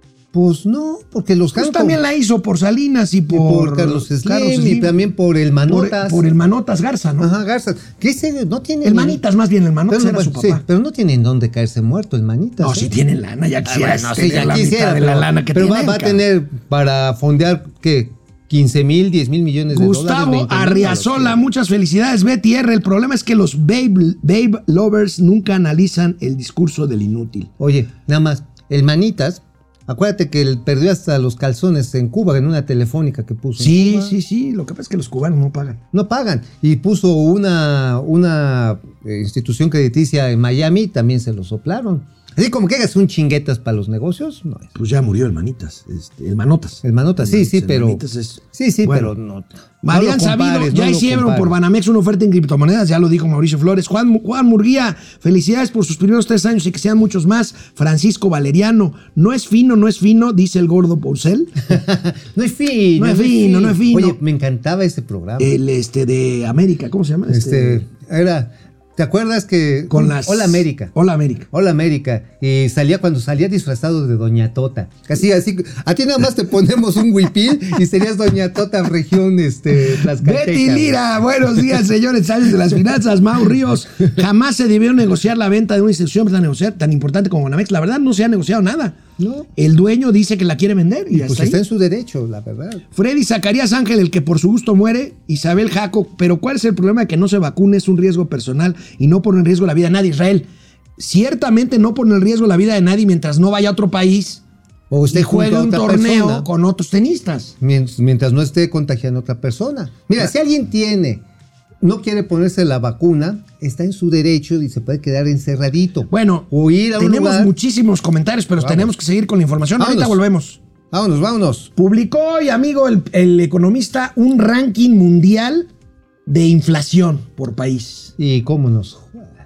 Pues no, porque los
Pues
Hank-
también la hizo por Salinas y
y
por,
por Carlos Slim,
Carlos
y
Slim.
también por el Manotas.
Por, por el Manotas Garza, ¿no?
Ajá, Garza. Que ese no tiene.
El
ni-
Manitas, más bien, el Manotas
Pero,
era
bueno,
su
sí,
papá.
pero no tiene en dónde caerse muerto el Manitas.
No,
¿eh?
si tienen lana, ya quisiera
Ah, bueno, sí,
tener
ya
la
quisiera,
mitad de la
pero-
lana que
pero va,
tienen,
va a
cabrón.
tener para fondear, ¿qué? quince mil, diez mil millones de dólares.
Gustavo
veinte mil,
Arriazola,
a lo que-
muchas felicidades. Betty R. El problema es que los babe, babe lovers nunca analizan el discurso del inútil.
Oye, nada más, el Manitas, acuérdate que él perdió hasta los calzones en Cuba, en una telefónica que puso. en
Sí,
Cuba.
sí, sí. Lo que pasa es que los cubanos no pagan.
No pagan. Y puso una, una eh, institución crediticia en Miami, también se lo soplaron. Así como que hagas un chinguetas para los negocios, no es.
Pues ya murió el Manitas, este, el Manotas.
El Manotas, sí, sí,
El
pero.
Manitas es-
Sí, sí,
Bueno.
pero no.
Marian
no lo
Sabido,
compares,
ya
no lo
hicieron
compares.
por Banamex una oferta en criptomonedas, ya lo dijo Mauricio Flores. Juan, Juan Murguía, felicidades por sus primeros tres años y que sean muchos más. Francisco Valeriano, no es fino, no es fino, dice el gordo Porcel.
No es fino.
No es fino, no es fino.
Oye, me encantaba ese programa.
El este de América, ¿cómo se llama?
este, era. ¿Te acuerdas que.
con las
Hola América.
Hola América.
Hola América. Y salía cuando salía disfrazado de Doña Tota. Casi así. A ti nada más te ponemos un huipil y serías Doña Tota región este, Tlaxcalteca.
Betty Lira, buenos días, señores, sales de las finanzas. Mau Ríos, jamás se debió negociar la venta de una institución tan, negociar, tan importante como Banamex. La verdad, no se ha negociado nada.
No.
El dueño dice que la quiere vender y
Pues
hasta
está
ahí.
en su derecho, la verdad.
Freddy Zacarías Ángel, el que por su gusto muere. Isabel Jaco, pero ¿cuál es el problema de que no se vacune? Es un riesgo personal y no pone en riesgo la vida de nadie. Israel, ciertamente no pone en riesgo la vida de nadie mientras no vaya a otro país
O esté
y
junto
juegue
a
un
otra
torneo
persona.
con otros tenistas.
Mientras, mientras no esté contagiando a otra persona. Mira, si alguien tiene, no quiere ponerse la vacuna, está en su derecho y se puede quedar encerradito.
Bueno,
o ir a un
tenemos
lugar.
muchísimos comentarios, pero
Vamos.
tenemos que seguir con la información. Ahorita
Vámonos.
volvemos.
Vámonos, vámonos.
Publicó hoy, amigo, el, el economista, un ranking mundial de inflación por país.
Y cómo nos.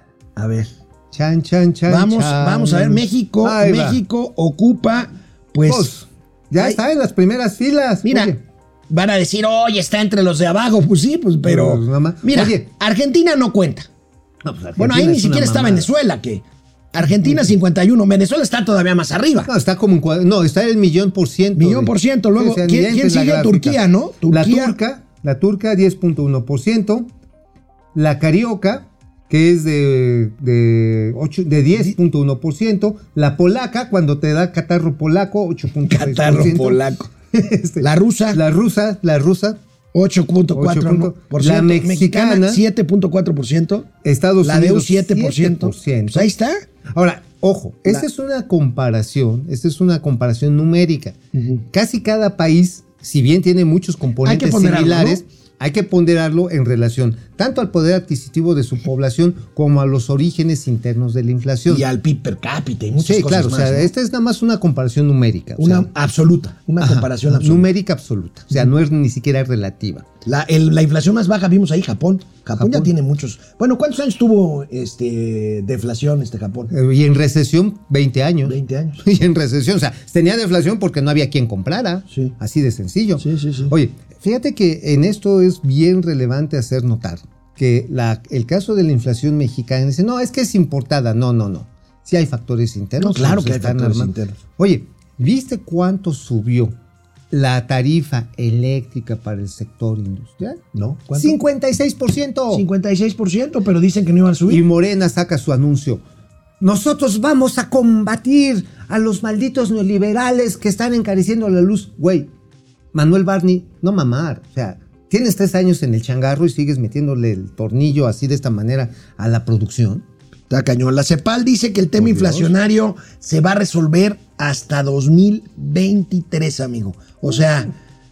A ver.
Chan, chan, chan.
Vamos,
chan.
vamos a ver, México,
Ahí va.
México ocupa, pues,
Pues, ya
ay,
está en las primeras filas.
mira,
Oye,
van a decir, oye, está entre los de abajo, pues sí, pues, pero,
Pues, nada más.
mira,
Oye.
Argentina no cuenta.
no, pues,
Bueno, ahí
Argentina
ni
es una
siquiera está
mamada.
Venezuela, que Argentina cincuenta y uno, Venezuela está todavía más arriba.
No, está como en cua- no, está el millón por ciento.
Millón
de-
por ciento. Luego,
o sea,
¿quién-
ni
quién
entres la
sigue?
gráfica.
Turquía, ¿no?
La
Turquía.
turca, la turca diez punto uno por ciento, la carioca, que es de, de, ocho de diez punto uno por ciento, la polaca, cuando te da catarro polaco, ocho punto seis por ciento.
Catarro polaco.
Este,
La rusa,
La rusa, la rusa,
ocho punto cuatro
ocho
por ciento.
La mexicana,
siete punto cuatro por ciento.
Estados
La de U
Unidos,
siete por ciento. Pues ahí está.
Ahora, ojo,
La-
esta es una comparación, esta es una comparación numérica. Casi cada país, si bien tiene muchos componentes
ponderarlo,
similares,
¿no?
hay que ponderarlo en relación tanto al poder adquisitivo de su población como a los orígenes internos de la inflación.
Y al P I B per cápita y muchas
Sí,
cosas
claro,
más.
o sea,
¿no?
esta es nada más una comparación numérica. o
Una
sea,
absoluta, una
ajá,
comparación absoluta.
numérica absoluta, o sea, no es ni siquiera relativa.
La, el- la inflación más baja vimos ahí, Japón. Japón. ya
Japón.
tiene muchos. Bueno, ¿cuántos años tuvo este deflación este Japón?
Eh, Y en recesión, veinte años.
veinte años.
Y en recesión, o sea, tenía deflación porque no había quien comprara.
Sí.
Así de sencillo.
Sí, sí, sí.
Oye, fíjate que en esto es bien relevante hacer notar que la, el caso de la inflación mexicana dice, no, es que es importada. No, no, no. Sí hay factores internos.
No, claro
nos
que hay
están
factores
armando.
internos.
Oye, ¿viste cuánto subió la tarifa eléctrica para el sector industrial?
¿No? ¿Cuánto?
cincuenta y seis por ciento.
cincuenta y seis por ciento, pero dicen que no iban a subir.
Y Morena saca su anuncio. Nosotros vamos a combatir a los malditos neoliberales que están encareciendo la luz. Güey, Manuel Barney, no mamar. O sea, tienes tres años en el changarro y sigues metiéndole el tornillo así de esta manera a la producción.
Está cañón. La CEPAL dice que el tema inflacionario se va a resolver hasta dos mil veintitrés, amigo. O sea,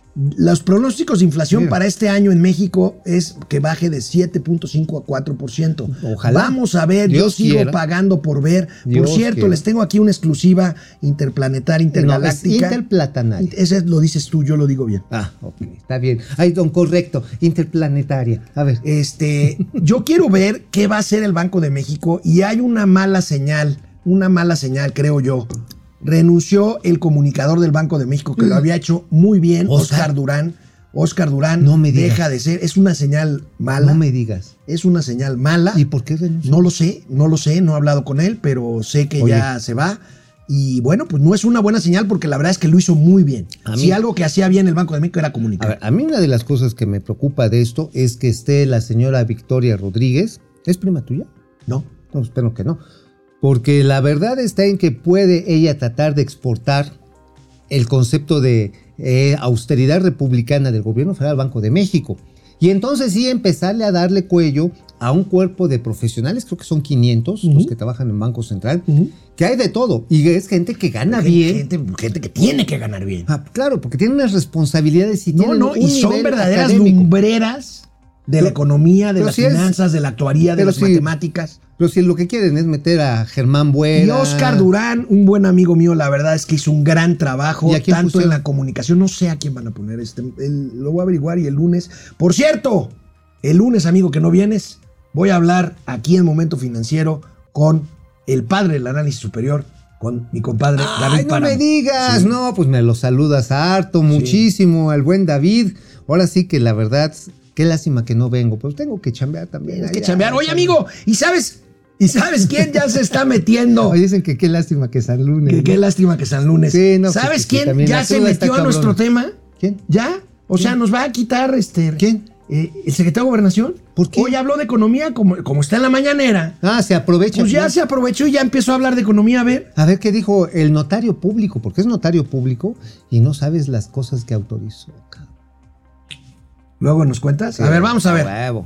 los pronósticos de inflación
Mira.
para este año en México es que baje de siete punto cinco a cuatro por ciento.
Ojalá.
Vamos a ver,
Dios
yo sigo
quiera.
pagando por ver.
Dios
por cierto,
quiera.
les tengo aquí una exclusiva interplanetaria, intergaláctica.
No, es interplatanaria.
Ese lo dices tú, yo lo digo bien.
Ah, ok, está bien. Ay, don, correcto, interplanetaria. A ver.
Este, yo quiero ver qué va a hacer el Banco de México y hay una mala señal, una mala señal, creo yo. Renunció el comunicador del Banco de México que lo había hecho muy bien,
Oscar.
Oscar Durán. Oscar Durán
No me digas.
deja de ser, es una señal mala.
No me digas.
Es una señal mala.
¿Y por qué renunció?
No lo sé, no lo sé, no he hablado con él, pero sé que
Oye.
ya se va. Y bueno, pues no es una buena señal porque la verdad es que lo hizo muy bien.
A mí-
Si algo que hacía bien el Banco de México era
A
comunicar.
ver, a mí una de las cosas que me preocupa de esto es que esté la señora Victoria Rodríguez. ¿Es prima tuya?
No.
No, espero que no. Porque la verdad está en que puede ella tratar de exportar el concepto de eh, austeridad republicana del gobierno federal al Banco de México. Y entonces sí empezarle a darle cuello a un cuerpo de profesionales, creo que son quinientos
Uh-huh.
los que trabajan en Banco Central,
Uh-huh.
que hay de todo. Y es gente que gana
Gente-
bien.
Gente, gente que tiene que ganar bien.
Ah, claro, porque tienen unas responsabilidades y
No,
tienen
no,
un
y son
nivel
verdaderas
académico.
lumbreras de la
Pero-
economía, de
pero
las
si es-
finanzas, de la actuaría, de
pero
las
si-
matemáticas.
Pero si lo que quieren es meter a Germán Buena.
Y Oscar Durán, un buen amigo mío, la verdad es que hizo un gran trabajo,
¿Y a quién
tanto
pusieron?
en la comunicación, no sé a quién van a poner, este, el- lo voy a averiguar y el lunes. Por cierto, el lunes, amigo, que no vienes, voy a hablar aquí en Momento Financiero con el padre del análisis superior, con mi compadre David
Ay, no
Páramo.
me digas.
Sí.
No, pues me lo saludas harto, muchísimo, al buen David. Ahora sí que la verdad, qué lástima que no vengo, pero tengo que chambear también.
Tienes que
allá,
chambear. Oye,
allá.
amigo, ¿y sabes, ¿y sabes quién ya se está metiendo?
Oye, dicen que qué lástima que San Lunes.
Que
¿no?
qué lástima que San Lunes.
Sí, no,
¿Sabes
pues, que
quién
también
ya
la
se
cruda está
metió a
cabrona.
nuestro tema?
¿Quién?
¿Ya? O sea, nos va a quitar este.
¿Quién?
eh, el secretario de Gobernación.
¿Por qué?
Hoy habló de economía, como, como está en la mañanera.
Ah, se aprovecha.
Pues ya
¿no?
se aprovechó y ya empezó a hablar de economía. A ver.
A ver qué dijo el notario público, porque es notario público y no sabes las cosas que autorizó. cabrón.
Luego nos cuentas.
Sí,
a ver, vamos a ver.
huevo.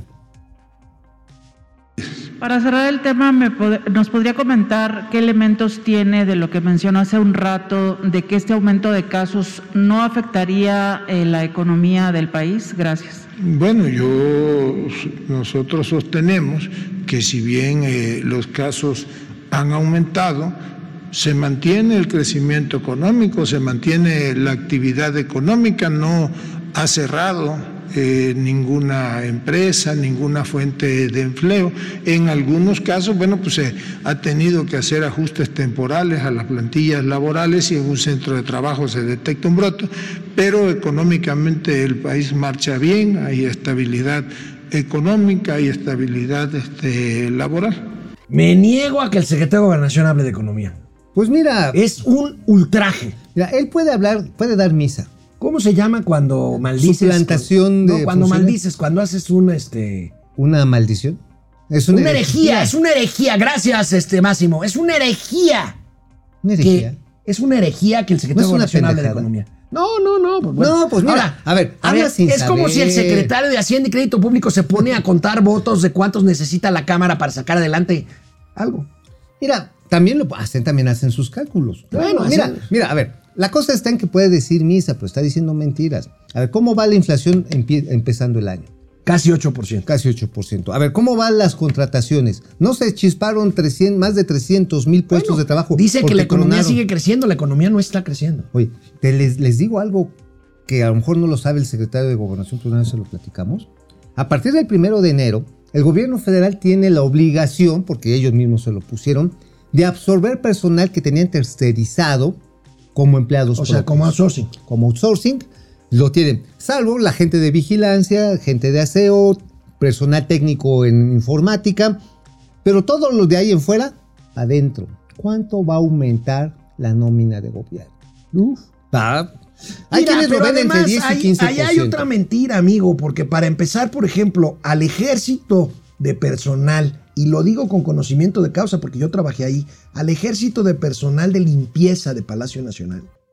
Para cerrar el tema, ¿me pod- ¿nos podría comentar qué elementos tiene de lo que mencionó hace un rato, de que este aumento de casos no afectaría eh, la economía del país? Gracias.
Bueno, yo, nosotros sostenemos que si bien eh, los casos han aumentado, se mantiene el crecimiento económico, se mantiene la actividad económica, no ha cerrado eh, ninguna empresa, ninguna fuente de empleo. En algunos casos, bueno, pues se ha tenido que hacer ajustes temporales a las plantillas laborales y en un centro de trabajo se detecta un brote, pero económicamente el país marcha bien, hay estabilidad económica, hay estabilidad este, laboral.
Me niego a que el secretario de Gobernación hable de economía.
Pues mira,
Es un ultraje.
mira, él puede hablar, puede dar misa.
¿Cómo se llama cuando maldices?
Suplantación
No,
de
cuando
funciones.
maldices, cuando haces un este.
¿Una maldición? Es
Una herejía, es una herejía. Gracias, este Máximo. Es una herejía.
Una
Que
herejía.
es una herejía que el secretario
No
de
es una
Gobernación hable de
pendejada.
economía. No, no, no. Pues bueno.
No, pues mira,
Ahora,
a ver,
a
habla
ver,
sin
es como
saber.
si el secretario de Hacienda y Crédito Público se pone a contar votos de cuántos necesita la Cámara para sacar adelante algo.
Mira, también lo hacen, también hacen sus cálculos.
Bueno,
Bueno, mira,
así-
mira, a ver, la cosa está en que puede decir misa, pero está diciendo mentiras. A ver, ¿cómo va la inflación empie- empezando el año?
Casi ocho por ciento.
Casi ocho por ciento. A ver, ¿cómo van las contrataciones? No se chisparon trescientos, más de trescientos mil puestos
Bueno,
de trabajo.
Dice que
porque
la economía
tronaron.
sigue creciendo, la economía no está creciendo.
Oye, te les, les digo algo que a lo mejor no lo sabe el secretario de Gobernación, pero una vez se lo platicamos. A partir del primero de enero, el gobierno federal tiene la obligación, porque ellos mismos se lo pusieron, de absorber personal que tenían tercerizado como empleados
O sea,
propios.
como outsourcing.
Como outsourcing, lo tienen. Salvo la gente de vigilancia, gente de aseo, personal técnico en informática, pero todos los de ahí en fuera, adentro. ¿Cuánto va a aumentar la nómina de gobierno? Uf. Ah, hay
Mira,
quienes lo
pero
ven entre
además
diez y
hay-
quince por
ahí
ciento.
hay otra mentira, amigo, porque para empezar, por ejemplo, al ejército de personal, y lo digo con conocimiento de causa porque yo trabajé ahí, al ejército de personal de limpieza de Palacio Nacional,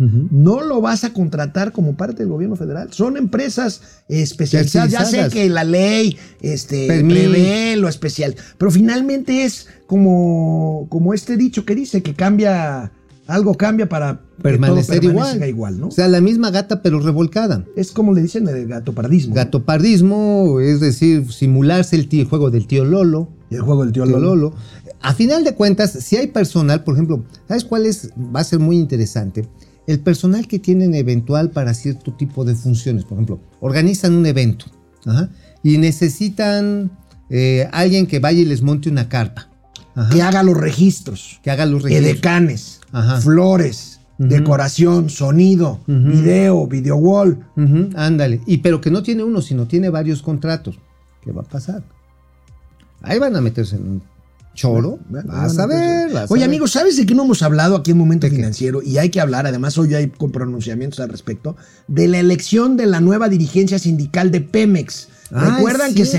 uh-huh. no lo vas a contratar como parte del gobierno federal. Son empresas especializadas. Ya sé que la ley este, prevé lo especial, pero finalmente es como, como este dicho que dice que cambia, algo cambia para
permanecer
que todo
igual.
igual, ¿no?
O sea, la misma gata pero revolcada.
Es como le dicen el gatopardismo.
Gatopardismo, ¿no? Es decir, simularse el, tío, el juego del tío Lolo.
El juego del tío,
tío
Lolo.
Lolo. A final de cuentas, si hay personal, por ejemplo, ¿sabes cuál es? Va a ser muy interesante. El personal que tienen eventual para cierto tipo de funciones. Por ejemplo, organizan un evento, ajá, y necesitan eh, alguien que vaya y les monte una carpa.
Ajá. Que haga los registros.
Que haga los registros.
Edecanes,
ajá.
flores, uh-huh. decoración, sonido, uh-huh. video, video wall.
Uh-huh. Ándale. Y pero que no tiene uno, sino tiene varios contratos. ¿Qué va a pasar? Ahí van a meterse en un choro. Bueno, vas a ver. Vas
Oye,
a ver.
amigos, ¿sabes de qué no hemos hablado aquí en Momento Financiero? Y hay que hablar, además hoy hay pronunciamientos al respecto, de la elección de la nueva dirigencia sindical de Pemex.
Ah,
¿Recuerdan que se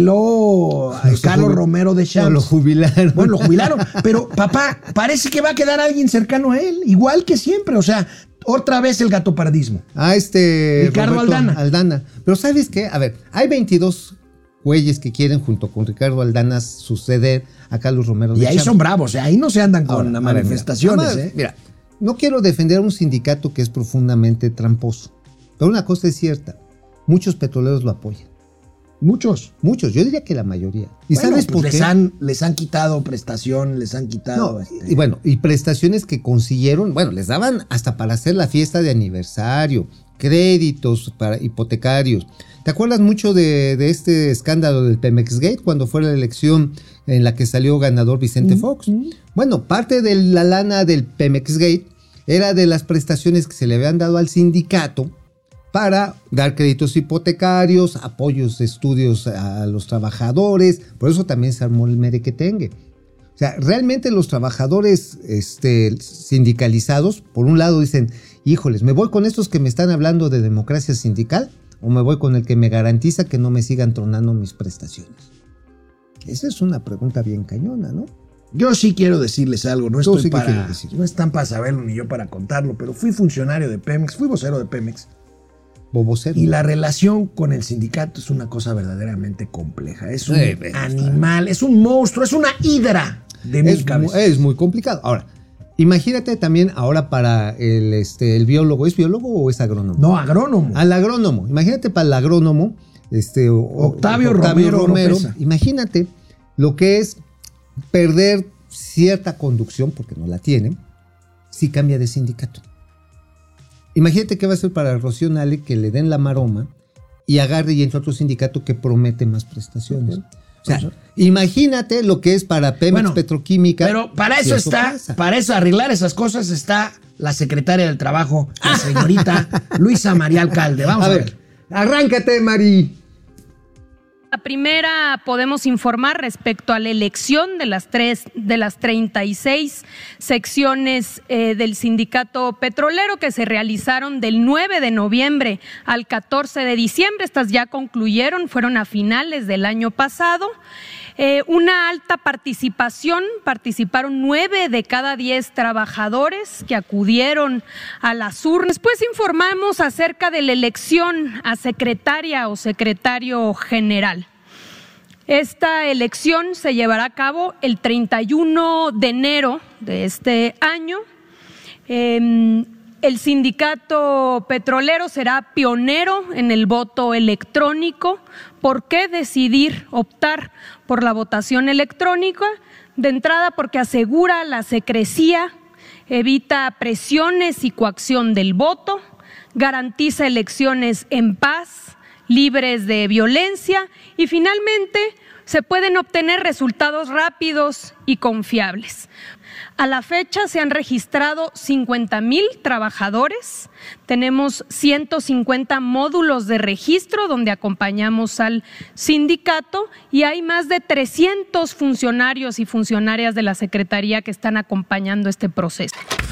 jubiló a Carlos Romero de Champs?
No, lo jubilaron.
Bueno, lo jubilaron. Pero, papá, parece que va a quedar alguien cercano a él, igual que siempre. O sea, otra vez el gatopardismo.
Ah, este...
Ricardo
Roberto
Aldana.
Aldana. Pero ¿sabes qué? A ver, hay veintidós güeyes que quieren, junto con Ricardo Aldana, suceder a Carlos Romero de
Y ahí
Champs.
son bravos, o sea, ahí no se andan con
Ahora,
manifestaciones.
mira,
¿eh?
mira, no quiero defender a un sindicato que es profundamente tramposo, pero una cosa es cierta, muchos petroleros lo apoyan.
Muchos.
Muchos, yo diría que la mayoría. ¿Y
bueno,
sabes
pues
por
les
qué?
Han, les han quitado prestación, les han quitado...
No,
este...
y bueno, y prestaciones que consiguieron, bueno, les daban hasta para hacer la fiesta de aniversario, créditos para hipotecarios. ¿Te acuerdas mucho de, de este escándalo del Pemex Gate cuando fue la elección en la que salió ganador Vicente Fox? Mm-hmm. Bueno, parte de la lana del Pemex Gate era de las prestaciones que se le habían dado al sindicato para dar créditos hipotecarios, apoyos de estudios a los trabajadores. Por eso también se armó el merequetengue. O sea, realmente los trabajadores este, sindicalizados, por un lado dicen, híjoles, ¿me voy con estos que me están hablando de democracia sindical o me voy con el que me garantiza que no me sigan tronando mis prestaciones? Esa es una pregunta bien cañona, ¿no?
Yo sí quiero decirles algo, no estoy
sí
para, no están para saberlo ni yo para contarlo, pero fui funcionario de Pemex, fui vocero de Pemex.
Bobocero.
Y la relación con el sindicato es una cosa verdaderamente compleja. Es un eh, animal, es un monstruo, es una hidra de mil cabezas.
Es muy complicado. Ahora, imagínate también ahora para el, este, el biólogo. ¿Es biólogo o es agrónomo?
No, agrónomo.
Al agrónomo. Imagínate para el agrónomo, este,
Octavio,
Octavio
Romero.
Romero
Romero
imagínate lo que es perder cierta conducción, porque no la tiene, si cambia de sindicato. Imagínate qué va a ser para Rocío Nale que le den la maroma y agarre y entre otro sindicato que promete más prestaciones. O sea, imagínate lo que es para Pemex bueno, Petroquímica.
Pero para eso, eso está, pasa. para eso arreglar esas cosas está la secretaria del Trabajo, la señorita Luisa María Alcalde. Vamos a, a ver. ver.
Arráncate, Mari.
La primera, podemos informar respecto a la elección de las tres de las treinta y seis secciones eh, del sindicato petrolero que se realizaron del nueve de noviembre al catorce de diciembre. Estas ya concluyeron, fueron a finales del año pasado. Eh, una alta participación, participaron nueve de cada diez trabajadores que acudieron a las urnas. Después informamos acerca de la elección a secretaria o secretario general. Esta elección se llevará a cabo el treinta y uno de enero de este año. Eh, el sindicato petrolero será pionero en el voto electrónico. ¿Por qué decidir optar por la votación electrónica? De entrada, porque asegura la secrecía, evita presiones y coacción del voto, garantiza elecciones en paz, libres de violencia y finalmente se pueden obtener resultados rápidos y confiables. A la fecha se han registrado cincuenta mil trabajadores, tenemos ciento cincuenta módulos de registro donde acompañamos al sindicato y hay más de trescientos funcionarios y funcionarias de la Secretaría que están acompañando este proceso.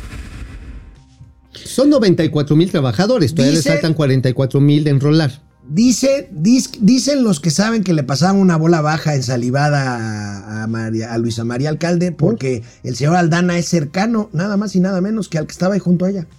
Son noventa y cuatro mil trabajadores, todavía Dice, les faltan cuarenta y cuatro mil de enrolar.
Dice, dice, dicen los que saben que le pasaban una bola baja ensalivada a, a, María, a Luisa María Alcalde porque ¿por? El señor Aldana es cercano, nada más y nada menos que al que estaba ahí junto a ella.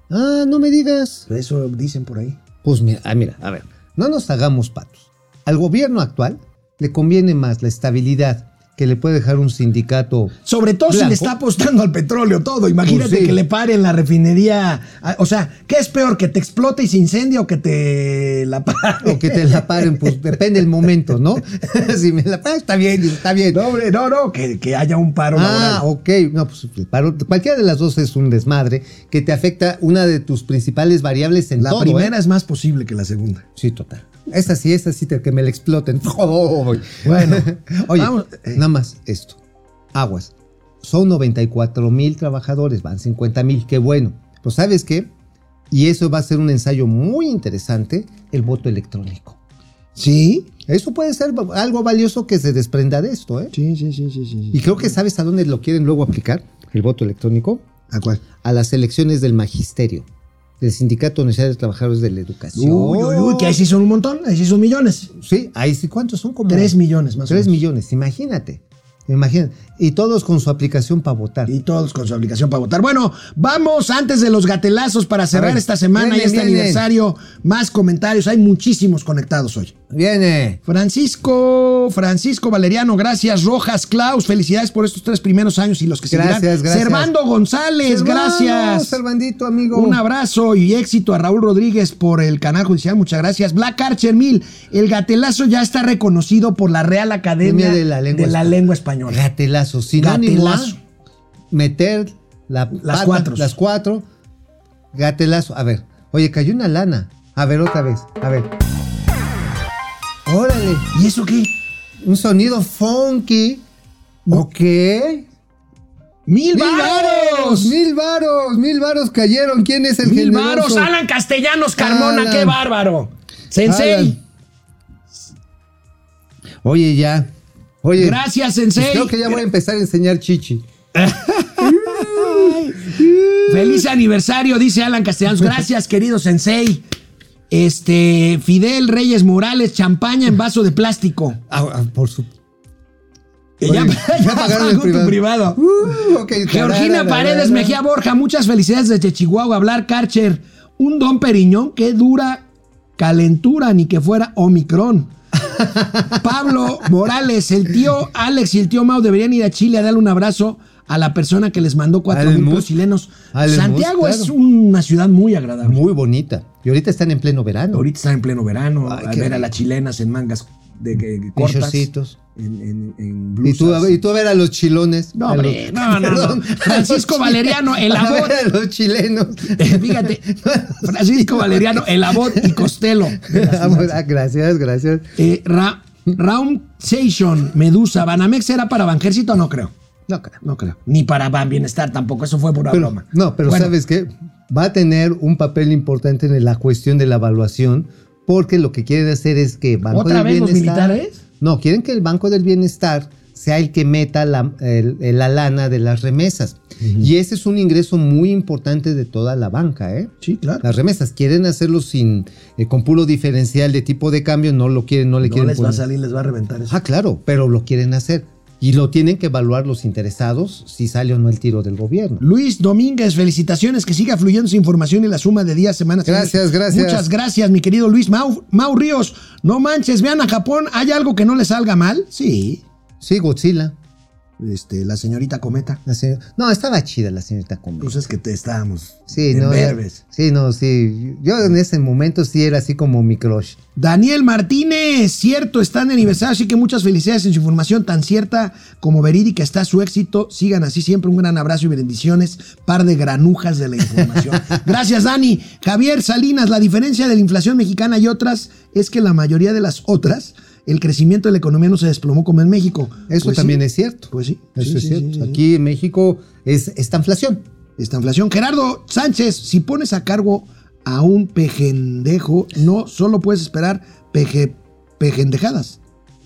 Ah, no me digas.
Eso dicen por ahí.
Pues mira, ah, mira, a ver, no nos hagamos patos. Al gobierno actual le conviene más la estabilidad que le puede dejar un sindicato.
Sobre todo
blanco.
si le está apostando al petróleo todo. Imagínate
Pues sí.
que le paren la refinería. O sea, ¿qué es peor? ¿Que te explote y se incendia o que te la paren?
O que te la paren, pues depende del momento, ¿no? Si me la paren, está bien, está bien.
No, hombre, no, no, que, que haya un paro
Ah,
laboral.
ok. No, pues el paro, cualquiera de las dos es un desmadre que te afecta una de tus principales variables en
La
todo.
primera
¿eh?
es más posible que la segunda.
Sí, total. Esa sí, esa sí, que me la exploten.
Bueno,
oye,
vamos, eh.
nada más esto. Aguas. Son noventa y cuatro mil trabajadores, van cincuenta mil, qué bueno. Pues ¿sabes qué? Y eso va a ser un ensayo muy interesante, el voto electrónico.
¿Sí?
Eso puede ser algo valioso que se desprenda de esto, ¿eh?
Sí, sí, sí, sí, sí.
Y creo que ¿sabes a dónde lo quieren luego aplicar? El voto electrónico.
¿A cuál?
A las elecciones del magisterio, del Sindicato Nacional de Trabajadores de la Educación.
Uy, uy, uy, que ahí sí son un montón, ahí sí son millones.
Sí, ahí sí, ¿cuántos son? Como
Tres millones más o
Tres
menos.
millones, imagínate. Imagínate. Y todos con su aplicación para votar.
Y todos con su aplicación para votar. Bueno, vamos antes de los gatelazos para cerrar
ver,
esta semana
viene,
y este
viene.
aniversario. Más comentarios, hay muchísimos conectados hoy.
Viene.
Francisco, Francisco Valeriano, gracias. Rojas Klaus, felicidades por estos tres primeros años y los que
Gracias,
seguirán.
gracias.
Servando González,
Servando,
gracias.
Servandito, amigo.
Un abrazo y éxito a Raúl Rodríguez por el canal judicial, muchas gracias. Black Archer Mil, el gatelazo ya está reconocido por la Real Academia
de la Lengua,
de la Lengua Española.
Gatelazo, sinónimo a
Gatelazo.
meter la
Las
pata,
cuatro.
Las cuatro. Gatelazo. A ver, oye, cayó una lana. A ver, otra vez. A ver. Órale.
¿Y eso qué?
Un sonido funky. Ok.
¡Mil varos!
¡Mil varos! ¡Mil varos cayeron! ¿Quién es el
¡Mil
generoso?
varos! ¡Alan Castellanos Carmona!
Alan.
¡Qué bárbaro! ¡Sensei!
Alan. Oye, ya. Oye.
Gracias, Sensei.
Pues creo que ya voy a empezar a enseñar chichi.
Feliz aniversario, dice Alan Castellanos. Gracias, querido Sensei. Este, Fidel Reyes Morales, champaña en vaso de plástico.
Ah, ah, por su...
Eh,
Oye,
ya,
ya
ya
pagaron
pagó
el
tu
privado.
privado.
Uh, okay.
Georgina Paredes Mejía Borja, muchas felicidades desde Chihuahua. Hablar Karcher, un Don Periñón que dura calentura, ni que fuera Omicron. Pablo Morales, el tío Alex y el tío Mau deberían ir a Chile a darle un abrazo a la persona que les mandó cuatro mil pesos chilenos.
Al
Santiago
Mus,
es
claro.
una ciudad muy agradable.
Muy bonita. Y ahorita están en pleno verano.
Ahorita están en pleno verano,
Ay,
a
qué
ver a
rico.
las chilenas en mangas de, de, de
En
cortas.
shortcitos.
En, en, en
Y tú,
blusas.
a- y tú a ver a los chilones.
No,
A
hombre,
los-
no, no, no.
Perdón,
Francisco
a los
Valeriano,
chilenos.
el
A
abot.
ver a los chilenos.
Fíjate, Francisco Valeriano, el Abot y Costello. de las finanzas.
Ah, gracias, gracias.
Eh, Ra, Round Station, Medusa, ¿Banamex era para Banjército? No creo.
No, creo.
No creo. Ni para Ban Bienestar tampoco. Eso fue pura
Pero-
broma.
no, pero
Bueno,
¿sabes qué? Va a tener un papel importante en la cuestión de la evaluación, porque lo que quieren hacer es que Banco
¿Otra
del
vez los
Bienestar...
militares?
No, quieren que el Banco del Bienestar sea el que meta la, el- el- la lana de las remesas. Y ese es un ingreso muy importante de toda la banca, ¿eh?
Sí, claro.
Las remesas quieren hacerlo sin eh, con puro diferencial de tipo de cambio, no lo quieren, no le
No
quieren
les va a
poner.
salir, les va a reventar eso.
Ah, claro, pero lo quieren hacer. Y lo tienen que evaluar los interesados si sale o no el tiro del gobierno.
Luis Domínguez, felicitaciones, que siga fluyendo su información y la suma de días, semanas.
Gracias,
años.
gracias.
Muchas gracias, mi querido Luis. Mau, Mau Ríos, no manches, vean a Japón, ¿hay algo que no le salga mal? Sí.
Sí, Godzilla.
Este, la señorita Cometa.
La señor- No, estaba chida la señorita Cometa.
Pues es que te estábamos
Sí,
en
no, ya-
verbes.
sí, no, sí. Yo en ese momento sí era así como mi crush.
Daniel Martínez, cierto, están de aniversario, así que muchas felicidades en su información tan cierta como verídica está su éxito. Sigan así siempre, un gran abrazo y bendiciones, par de granujas de la información. Gracias, Dani. Javier Salinas, la diferencia de la inflación mexicana y otras es que la mayoría de las otras, el crecimiento de la economía no se desplomó como en México.
Eso
Pues
también
sí,
es cierto.
Pues sí.
Eso
sí,
es
sí,
cierto.
sí, sí, sí.
Aquí en México es esta inflación.
Esta inflación. Gerardo Sánchez, si pones a cargo a un pejendejo, no solo puedes esperar peje, pejendejadas.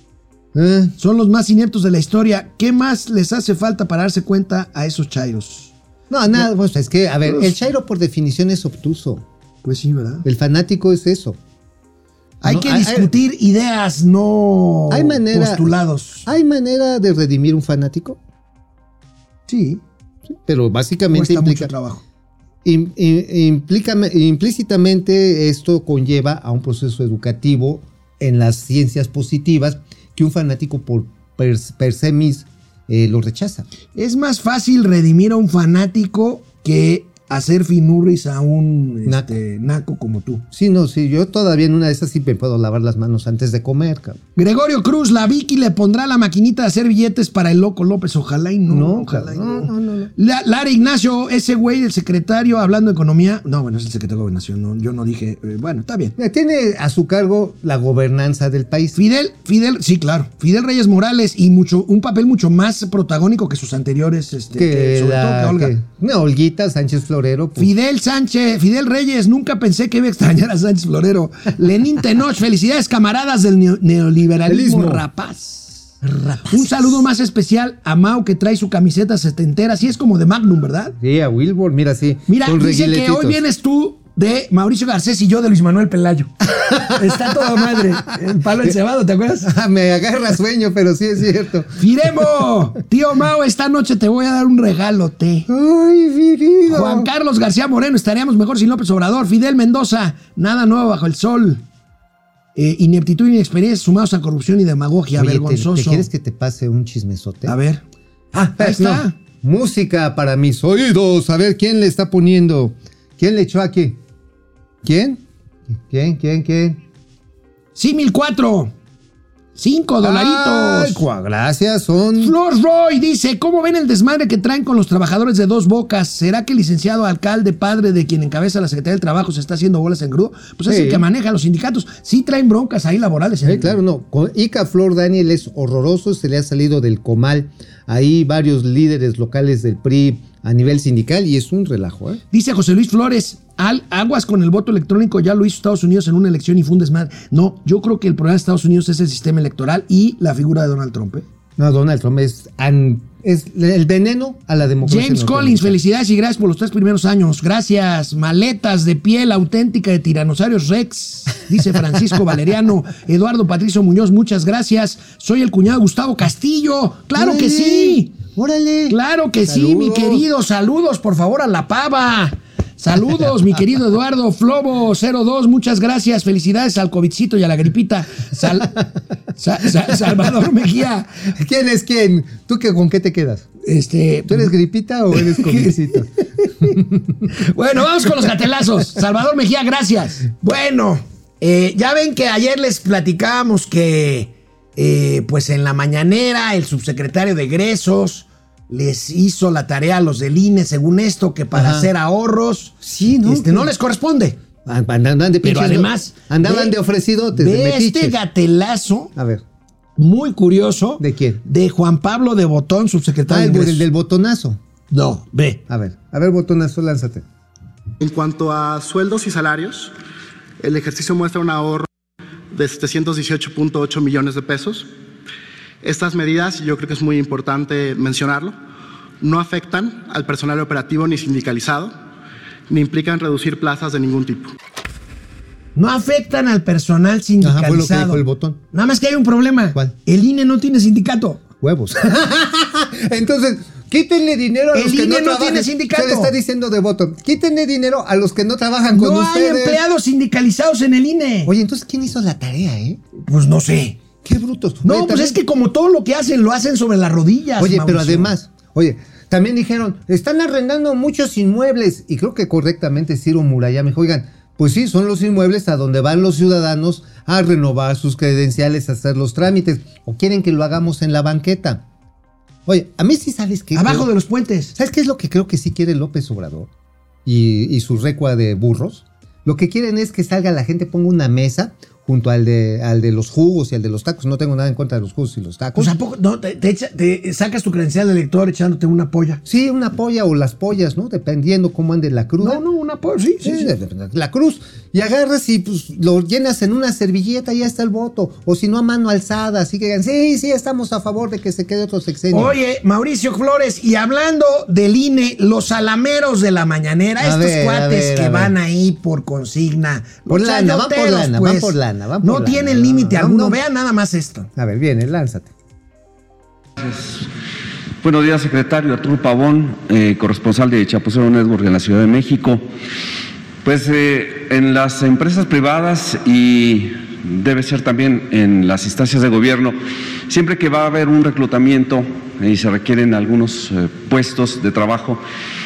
Eh,
Son los más ineptos de la historia. ¿Qué más les hace falta para darse cuenta a esos chairos?
No, nada, pues es que, a ver, el chairo por definición es obtuso.
Pues sí, ¿verdad?
El fanático es eso.
Hay
No,
que
hay-
discutir ideas, no
Hay manera-
postulados.
¿Hay manera de redimir un fanático?
Sí,
Sí, pero básicamente
cuesta
implica...
mucho trabajo.
im- im- implica- implícitamente esto conlleva a un proceso educativo en las ciencias positivas que un fanático por per, per se mis eh, lo rechaza.
Es más fácil redimir a un fanático que hacer finurris a un
Naco.
este, naco como tú.
Sí, no, sí, yo todavía en una de esas sí me puedo lavar las manos antes de comer, cabrón.
Gregorio Cruz, la Vicky le pondrá la maquinita de hacer billetes para el Loco López. Ojalá y no.
No,
ojalá y
no, no, no, no.
La- Lara Ignacio, ese güey, el secretario, hablando de economía. No, bueno, es el secretario de Gobernación. No, yo no dije. eh, bueno, está bien.
Mira, tiene a su cargo la gobernanza del país.
Fidel, Fidel, sí, claro. Fidel Reyes Morales y mucho, un papel mucho más protagónico que sus anteriores, este, que,
Que
sobre todo
la,
que Olga.
que- no, Olguita Sánchez Florero. Pues,
Fidel Sánchez, Fidel Reyes, nunca pensé que iba a extrañar a Sánchez Florero. Lenín Tenoch, felicidades camaradas del neo- neoliberalismo
Felismo.
rapaz. Un saludo más especial a Mau que trae su camiseta setentera, sí es como de Magnum, ¿verdad?
sí, a Wilbur, mira, sí.
Mira,
con
dice que
reguiletitos.
hoy vienes tú de Mauricio Garcés y yo de Luis Manuel Pelayo. Está toda madre. El palo encebado, ¿te acuerdas?
Ah, me agarra sueño, pero sí es cierto.
Firemo, tío Mau, esta noche te voy a dar un regalote.
Ay, vivido.
Juan Carlos García Moreno, estaríamos mejor sin López Obrador. Fidel Mendoza, nada nuevo bajo el sol. Eh, ineptitud y inexperiencia sumados a corrupción y demagogia,
Oye, ¿te,
vergonzoso.
¿te quieres que te pase un chismesote?
A ver.
Ah,
ahí está.
no. Música para mis oídos. A ver, ¿quién le está poniendo? ¿Quién le echó aquí? ¿Quién? ¿Quién? ¿Quién? ¿Quién?
Sí, mil cuatro. Cinco dolaritos.
Ay, cua- gracias, son...
Flor Roy dice, ¿cómo ven el desmadre que traen con los trabajadores de Dos Bocas? ¿Será que el licenciado alcalde, padre de quien encabeza la Secretaría del Trabajo, se está haciendo bolas en grudo? Pues es
Sí.
el que maneja a los sindicatos. Sí traen broncas ahí laborales. ¿eh?
Sí, claro, no. Con Ica Flor Daniel es horroroso, se le ha salido del comal. Ahí varios líderes locales del P R I a nivel sindical y es un relajo, ¿eh?
Dice José Luis Flores, al, aguas con el voto electrónico, ya lo hizo Estados Unidos en una elección y fue un desmadre. No, yo creo que el problema de Estados Unidos es el sistema electoral y la figura de Donald Trump. ¿eh?
No, Donald Trump es, an- es el veneno a la democracia.
James Collins,
norteamericana.
felicidades y gracias por los tres primeros años. Gracias. Maletas de piel auténtica de Tiranosaurios Rex, dice Francisco Valeriano. Eduardo Patricio Muñoz, muchas gracias. Soy el cuñado Gustavo Castillo. Claro que
¡Órale!
sí.
¡Órale!
Claro que sí, mi
Saludos.
querido. Saludos, por favor, a la pava. Saludos, mi querido Eduardo Flobo cero dos, muchas gracias. Felicidades al covidcito y a la gripita. Sal- Sa- Sa- Salvador Mejía.
¿Quién es quién? ¿Tú qué, con qué te quedas?
Este,
¿Tú eres gripita o eres covidcito?
Bueno, vamos con los gatelazos. Salvador Mejía, gracias. Bueno, eh, ya ven que ayer les platicábamos que, eh, pues en la mañanera, el subsecretario de egresos les hizo la tarea a los del I N E, según esto, que para
Ajá.
hacer ahorros,
Sí, ¿no?
este, no les corresponde.
Andaban de
Pero
pinches-
además,
Andaban
ve-
de ofrecidotes, de
Ve este
metiches.
gatelazo
A ver.
muy curioso.
¿De quién?
De Juan Pablo de Botón, subsecretario
Ah, el,
de
el
egresos.
del botonazo.
No, ve.
A ver, a ver, botonazo, lánzate.
En cuanto a sueldos y salarios, el ejercicio muestra un ahorro de setecientos dieciocho punto ocho millones de pesos. Estas medidas, yo creo que es muy importante mencionarlo, no afectan al personal operativo ni sindicalizado, ni implican reducir plazas de ningún tipo.
No afectan al personal sindicalizado.
Ajá, fue lo que dijo el botón.
Nada más que hay un problema.
¿Cuál?
El I N E no tiene sindicato.
Huevos. Entonces, quítenle dinero a
El
los que
I N E
no
no
trabajan.
tiene sindicato.
Se le está diciendo de botón. Quítenle dinero a los que no trabajan con
No hay
ustedes.
empleados sindicalizados en el I N E.
Oye, entonces, ¿quién hizo la tarea, eh?
Pues no sé.
Qué brutos.
No,
Oye,
pues
también-
es que como todo lo que hacen, lo hacen sobre las rodillas.
Oye, pero
Mauricio.
además, oye, también dijeron, están arrendando muchos inmuebles. Y creo que correctamente Ciro Murayá me dijo, oigan, pues sí, son los inmuebles a donde van los ciudadanos a renovar sus credenciales, a hacer los trámites. ¿O quieren que lo hagamos en la banqueta? Oye, a mí sí sabes que...
Abajo de los puentes.
¿Sabes qué es lo que creo que sí quiere López Obrador? Y, y su recua de burros. Lo que quieren es que salga la gente, ponga una mesa junto al de, al de los jugos y al de los tacos. No tengo nada en contra de los jugos y los tacos.
Pues a poco, no, te, te echa- te sacas tu credencial de elector echándote una polla.
Sí, una polla o las pollas, ¿no? Dependiendo cómo ande la cruda.
No, no, una polla, sí, sí,
Sí,
sí.
la cruz. Y agarras y pues lo llenas en una servilleta y ya está el voto. O si no, a mano alzada. Así que digan, sí, sí, estamos a favor de que se quede otro sexenio.
Oye, Mauricio Flores, y hablando del I N E, los alameros de la mañanera,
A
estos
ver, a
cuates
ver,
que
a
van
ver.
ahí por consigna.
Por
los
lana, van por
chayoteros,
lana,
pues,
van por lana, van por
no
lana.
tienen límite
No,
alguno.
no.
Vean nada más esto.
A ver, viene, lánzate.
Buenos días, secretario. Arturo Pavón, eh, corresponsal de Chapucero Network en la Ciudad de México. Pues eh, en las empresas privadas y debe ser también en las instancias de gobierno, siempre que va a haber un reclutamiento y se requieren algunos eh, puestos de trabajo,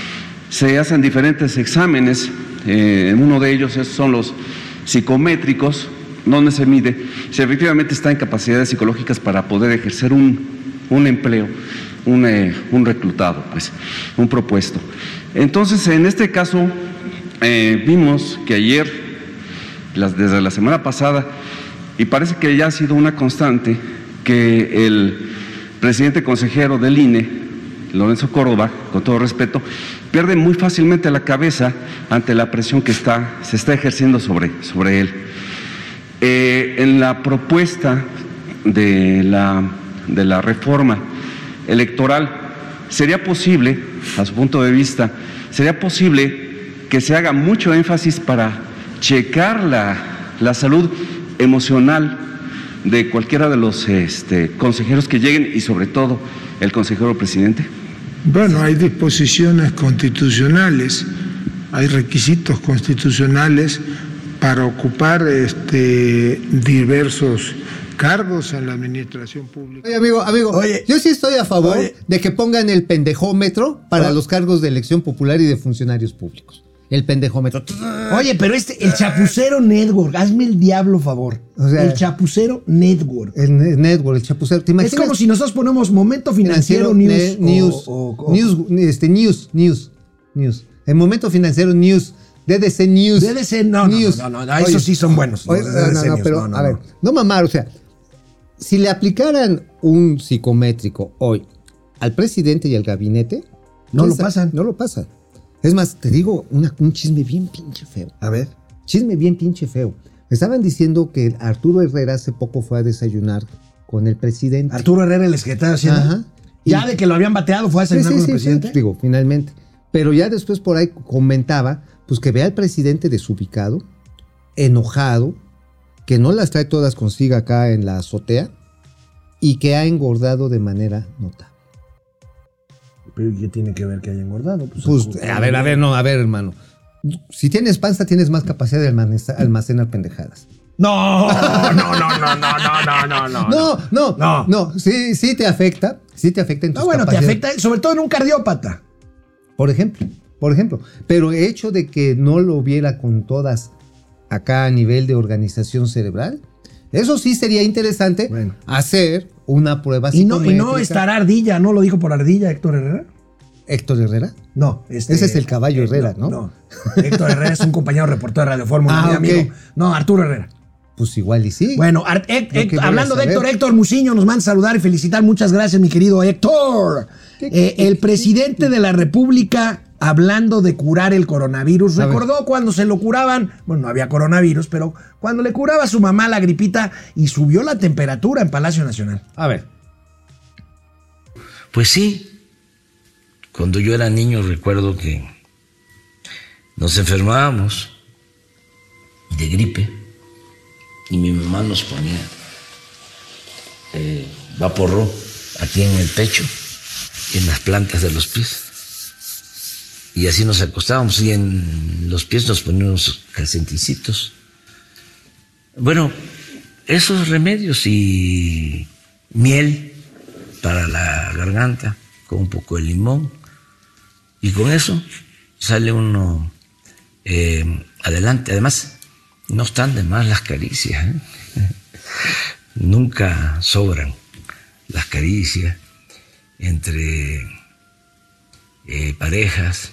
se hacen diferentes exámenes. Eh, uno de ellos es, son los psicométricos, donde se mide si efectivamente está en capacidades psicológicas para poder ejercer un, un empleo, un, eh, un reclutado, pues, un propuesto. Entonces, en este caso, eh, vimos que ayer, las, desde la semana pasada, y parece que ya ha sido una constante, que el presidente consejero del I N E, Lorenzo Córdoba, con todo respeto, pierde muy fácilmente la cabeza ante la presión que está, se está ejerciendo sobre, sobre él. Eh, en la propuesta de la, de la reforma electoral, ¿sería posible, a su punto de vista, sería posible que se haga mucho énfasis para checar la, la salud emocional de cualquiera de los este, consejeros que lleguen y sobre todo el consejero presidente?
Bueno, hay disposiciones constitucionales, hay requisitos constitucionales para ocupar este, diversos cargos en la administración pública.
Oye, amigo, amigo, oye, yo sí estoy a favor oye, de que pongan el pendejómetro para oye, los cargos de elección popular y de funcionarios públicos. El pendejómetro.
Oye, pero este, el Chapucero Network, hazme el diablo favor. O sea, el Chapucero Network.
El network, el Chapucero. ¿Te imaginas?
Es como si nosotros ponemos Momento Financiero,
financiero
News.
Ne, news, o, o, o, news, este, news, News, News. El Momento Financiero News. D D C News.
D D C, no, news. no, no, no, no, esos oye, sí son buenos.
Oye, no, no, no, no, pero, no, no, a ver, no mamar, o sea, si le aplicaran un psicométrico hoy al presidente y al gabinete,
no lo pasan.
No lo pasan. Es más, te digo una, un chisme bien pinche feo.
A ver.
Chisme bien pinche feo. Me estaban diciendo que Arturo Herrera hace poco fue a desayunar con el presidente.
Arturo Herrera, el secretario de Hacienda. Ajá. Ya y, de que lo habían bateado fue a desayunar sí, sí, con el sí, presidente. Sí,
digo, finalmente. Pero ya después por ahí comentaba, pues que ve al presidente desubicado, enojado, que no las trae todas consigo acá en la azotea y que ha engordado de manera notable.
¿Pero qué tiene que ver que haya engordado?
Pues, pues a ver, a ver, no, a ver, hermano. Si tienes panza, tienes más capacidad de almacenar pendejadas.
No, no, no, no, no, no, no, no.
No, no, no, no. Sí, sí te afecta, sí te afecta en tus
no, bueno,
capacidades.
te afecta, sobre todo en un cardiópata.
Por ejemplo, por ejemplo. Pero el hecho de que no lo viera con todas acá a nivel de organización cerebral, eso sí sería interesante bueno. hacer una prueba
y no, y no estará Ardilla, ¿no? Lo dijo por Ardilla Héctor Herrera.
¿Héctor Herrera?
No. Este,
Ese es el caballo Herrera, ¿no?
No, no. Héctor Herrera es un compañero reportero de Radio Fórmula,
ah,
mi
okay.
amigo. No, Arturo Herrera.
Pues igual y sí.
Bueno, Ar Héctor, Héctor, hablando de Héctor, Héctor Muciño nos manda saludar y felicitar. Muchas gracias, mi querido Héctor. ¿Qué, qué, eh, qué, el qué, presidente qué, de la República, hablando de curar el coronavirus, recordó cuando se lo curaban, bueno, no había coronavirus, pero cuando le curaba a su mamá la gripita y subió la temperatura en Palacio Nacional.
A ver.
Pues sí, cuando yo era niño recuerdo que nos enfermábamos de gripe y mi mamá nos ponía eh, vaporro aquí en el pecho y en las plantas de los pies. Y así nos acostábamos y en los pies nos poníamos calceticitos. Bueno, esos remedios y miel para la garganta con un poco de limón y con eso sale uno eh, adelante. Además, no están de más las caricias, ¿eh? Nunca sobran las caricias entre eh, parejas,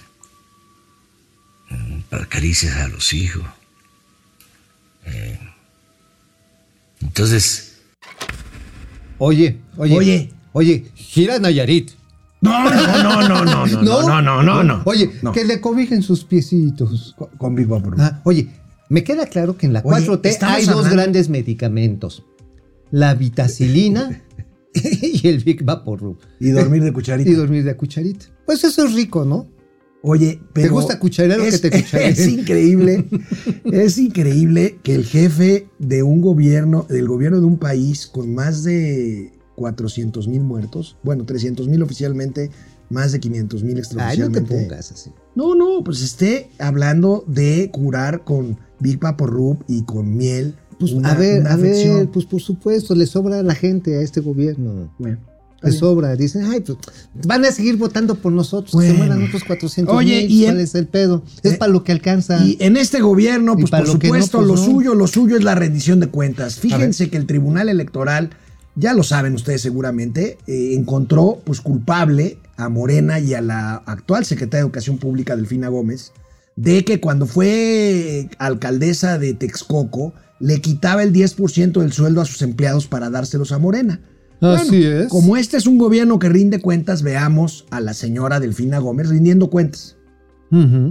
para caricias a los hijos. Eh, entonces.
Oye, oye,
oye,
oye, gira Nayarit.
No, no, no, no, no, no, no, no, no, no, no.
Oye,
no.
que le cobijen sus piecitos.
Con, con Big Vapor.
Ah, oye, me queda claro que en la oye, cuatro T hay hablando... dos grandes medicamentos: la vitacilina y el Big Vapor.
Y dormir de cucharita.
Y dormir de cucharita. Pues eso es rico, ¿no?
Oye, pero
¿te gusta cucharear o que te cuchareen?
Es increíble, es increíble que el jefe de un gobierno, del gobierno de un país con más de cuatrocientos mil muertos. Bueno, trescientos mil oficialmente, más de quinientos mil extraoficialmente.
Ay, no te pongas así.
No, no, pues esté hablando de curar con Big Vaporub y con miel.
Pues
una,
a ver,
una
a
afección.
ver, pues por supuesto, le sobra a la gente, a este gobierno.
Bueno,
le sobra. Dicen, ay, pues van a seguir votando por nosotros.
Bueno.
Se mueran otros cuatrocientos
Oye,
mil.
y
¿Cuál
en-
es el pedo? Es
eh,
para lo que alcanza.
Y en este gobierno,
Y
pues
para
por
lo que no,
supuesto,
pues
lo
no.
suyo, lo suyo es la rendición de cuentas.
A
Fíjense que el Tribunal Electoral, ya lo saben ustedes seguramente, eh, encontró pues culpable a Morena y a la actual secretaria de Educación Pública, Delfina Gómez, de que cuando fue alcaldesa de Texcoco, le quitaba el diez por ciento del sueldo a sus empleados para dárselos a Morena.
Así es.
Como este es un gobierno que rinde cuentas, veamos a la señora Delfina Gómez rindiendo cuentas.
Ujú.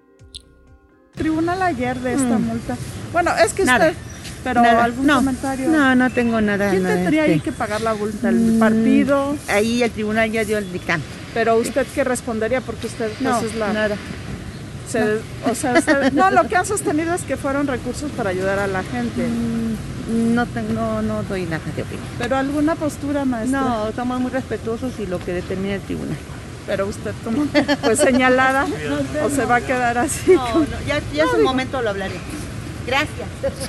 Tribunal ayer de esta
Mm.
multa. Bueno, es que
Nada.
usted, pero
Nada.
algún
No.
comentario.
No, no tengo nada.
¿Quién
nada,
tendría
este.
ahí que pagar la multa? ¿El
Mm,
partido?
Ahí el tribunal ya dio el dictamen.
Pero usted qué respondería porque usted pues,
No,
es la.
nada.
se- O sea, usted- no, lo que han sostenido es que fueron recursos para ayudar a la gente.
Mm, No, tengo, no, no doy nada de opinión.
Pero alguna postura, maestra.
No, somos muy respetuosos y lo que determina el tribunal.
Pero usted como pues señalada
No sé,
o se
no.
va a quedar así.
No,
como-
no, ya, ya
No,
es un
digo,
momento lo hablaré. Gracias.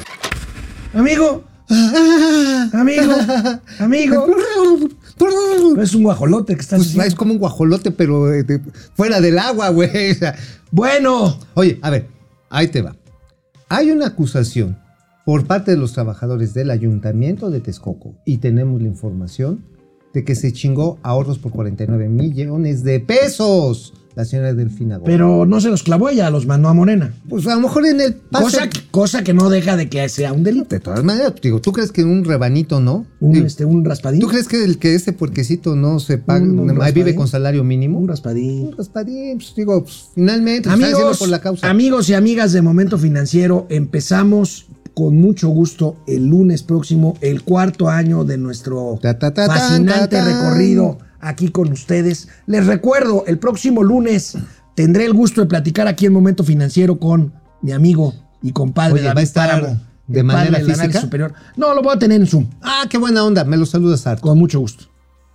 Amigo, amigo, amigo. Es un guajolote que está
Pues,
haciendo.
es como un guajolote, pero eh, de- fuera del agua, güey. O sea,
Bueno,
oye, a ver, ahí te va. Hay una acusación por parte de los trabajadores del Ayuntamiento de Texcoco y tenemos la información de que se chingó ahorros por cuarenta y nueve millones de pesos la señora Delfina Gómez.
pero no se los clavó ella, los mandó a Morena.
Pues a lo mejor en el pase-
Cosa, cosa que no deja de que sea un delito.
De todas maneras, digo, ¿tú crees que un rebanito no?
Un,
Digo,
este, un raspadín.
¿Tú crees que el que ese puerquecito no se paga,
Un- un
vive
raspadín.
con salario mínimo?
Un raspadín.
Un raspadín, pues, digo, pues, finalmente, pues, están haciendo
Amigos,
por la causa.
amigos y amigas de Momento Financiero, empezamos con mucho gusto el lunes próximo, el cuarto año de nuestro
Ta, ta, ta,
fascinante
tan, ta, tan.
recorrido aquí con ustedes. Les recuerdo, el próximo lunes tendré el gusto de platicar aquí en Momento Financiero con mi amigo y compadre
Oye, ¿va a
David
estar
Páramo,
de
el padre
manera
del análisis
física?
superior. No, lo voy a tener en Zoom,
Ah, qué buena onda, me lo saludas, Arto.
con mucho gusto.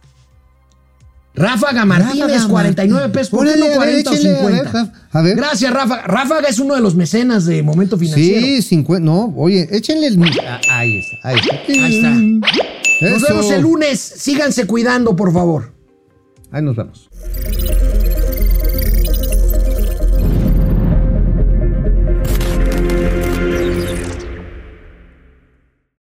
Ráfaga Martínez,
Ráfaga
cuarenta y nueve pesos. ¿Por qué
Órale,
no
a ver,
cuarenta o
échale, a ver,
cincuenta?
Raf- a ver.
Gracias, Ráfaga. Ráfaga es uno de los mecenas de Momento Financiero.
Sí, cincuenta, no, oye, échenle el... Ah, ahí está, ahí está.
Ahí está. Nos
Eso.
vemos el lunes. Síganse cuidando, por favor.
Ahí nos vemos.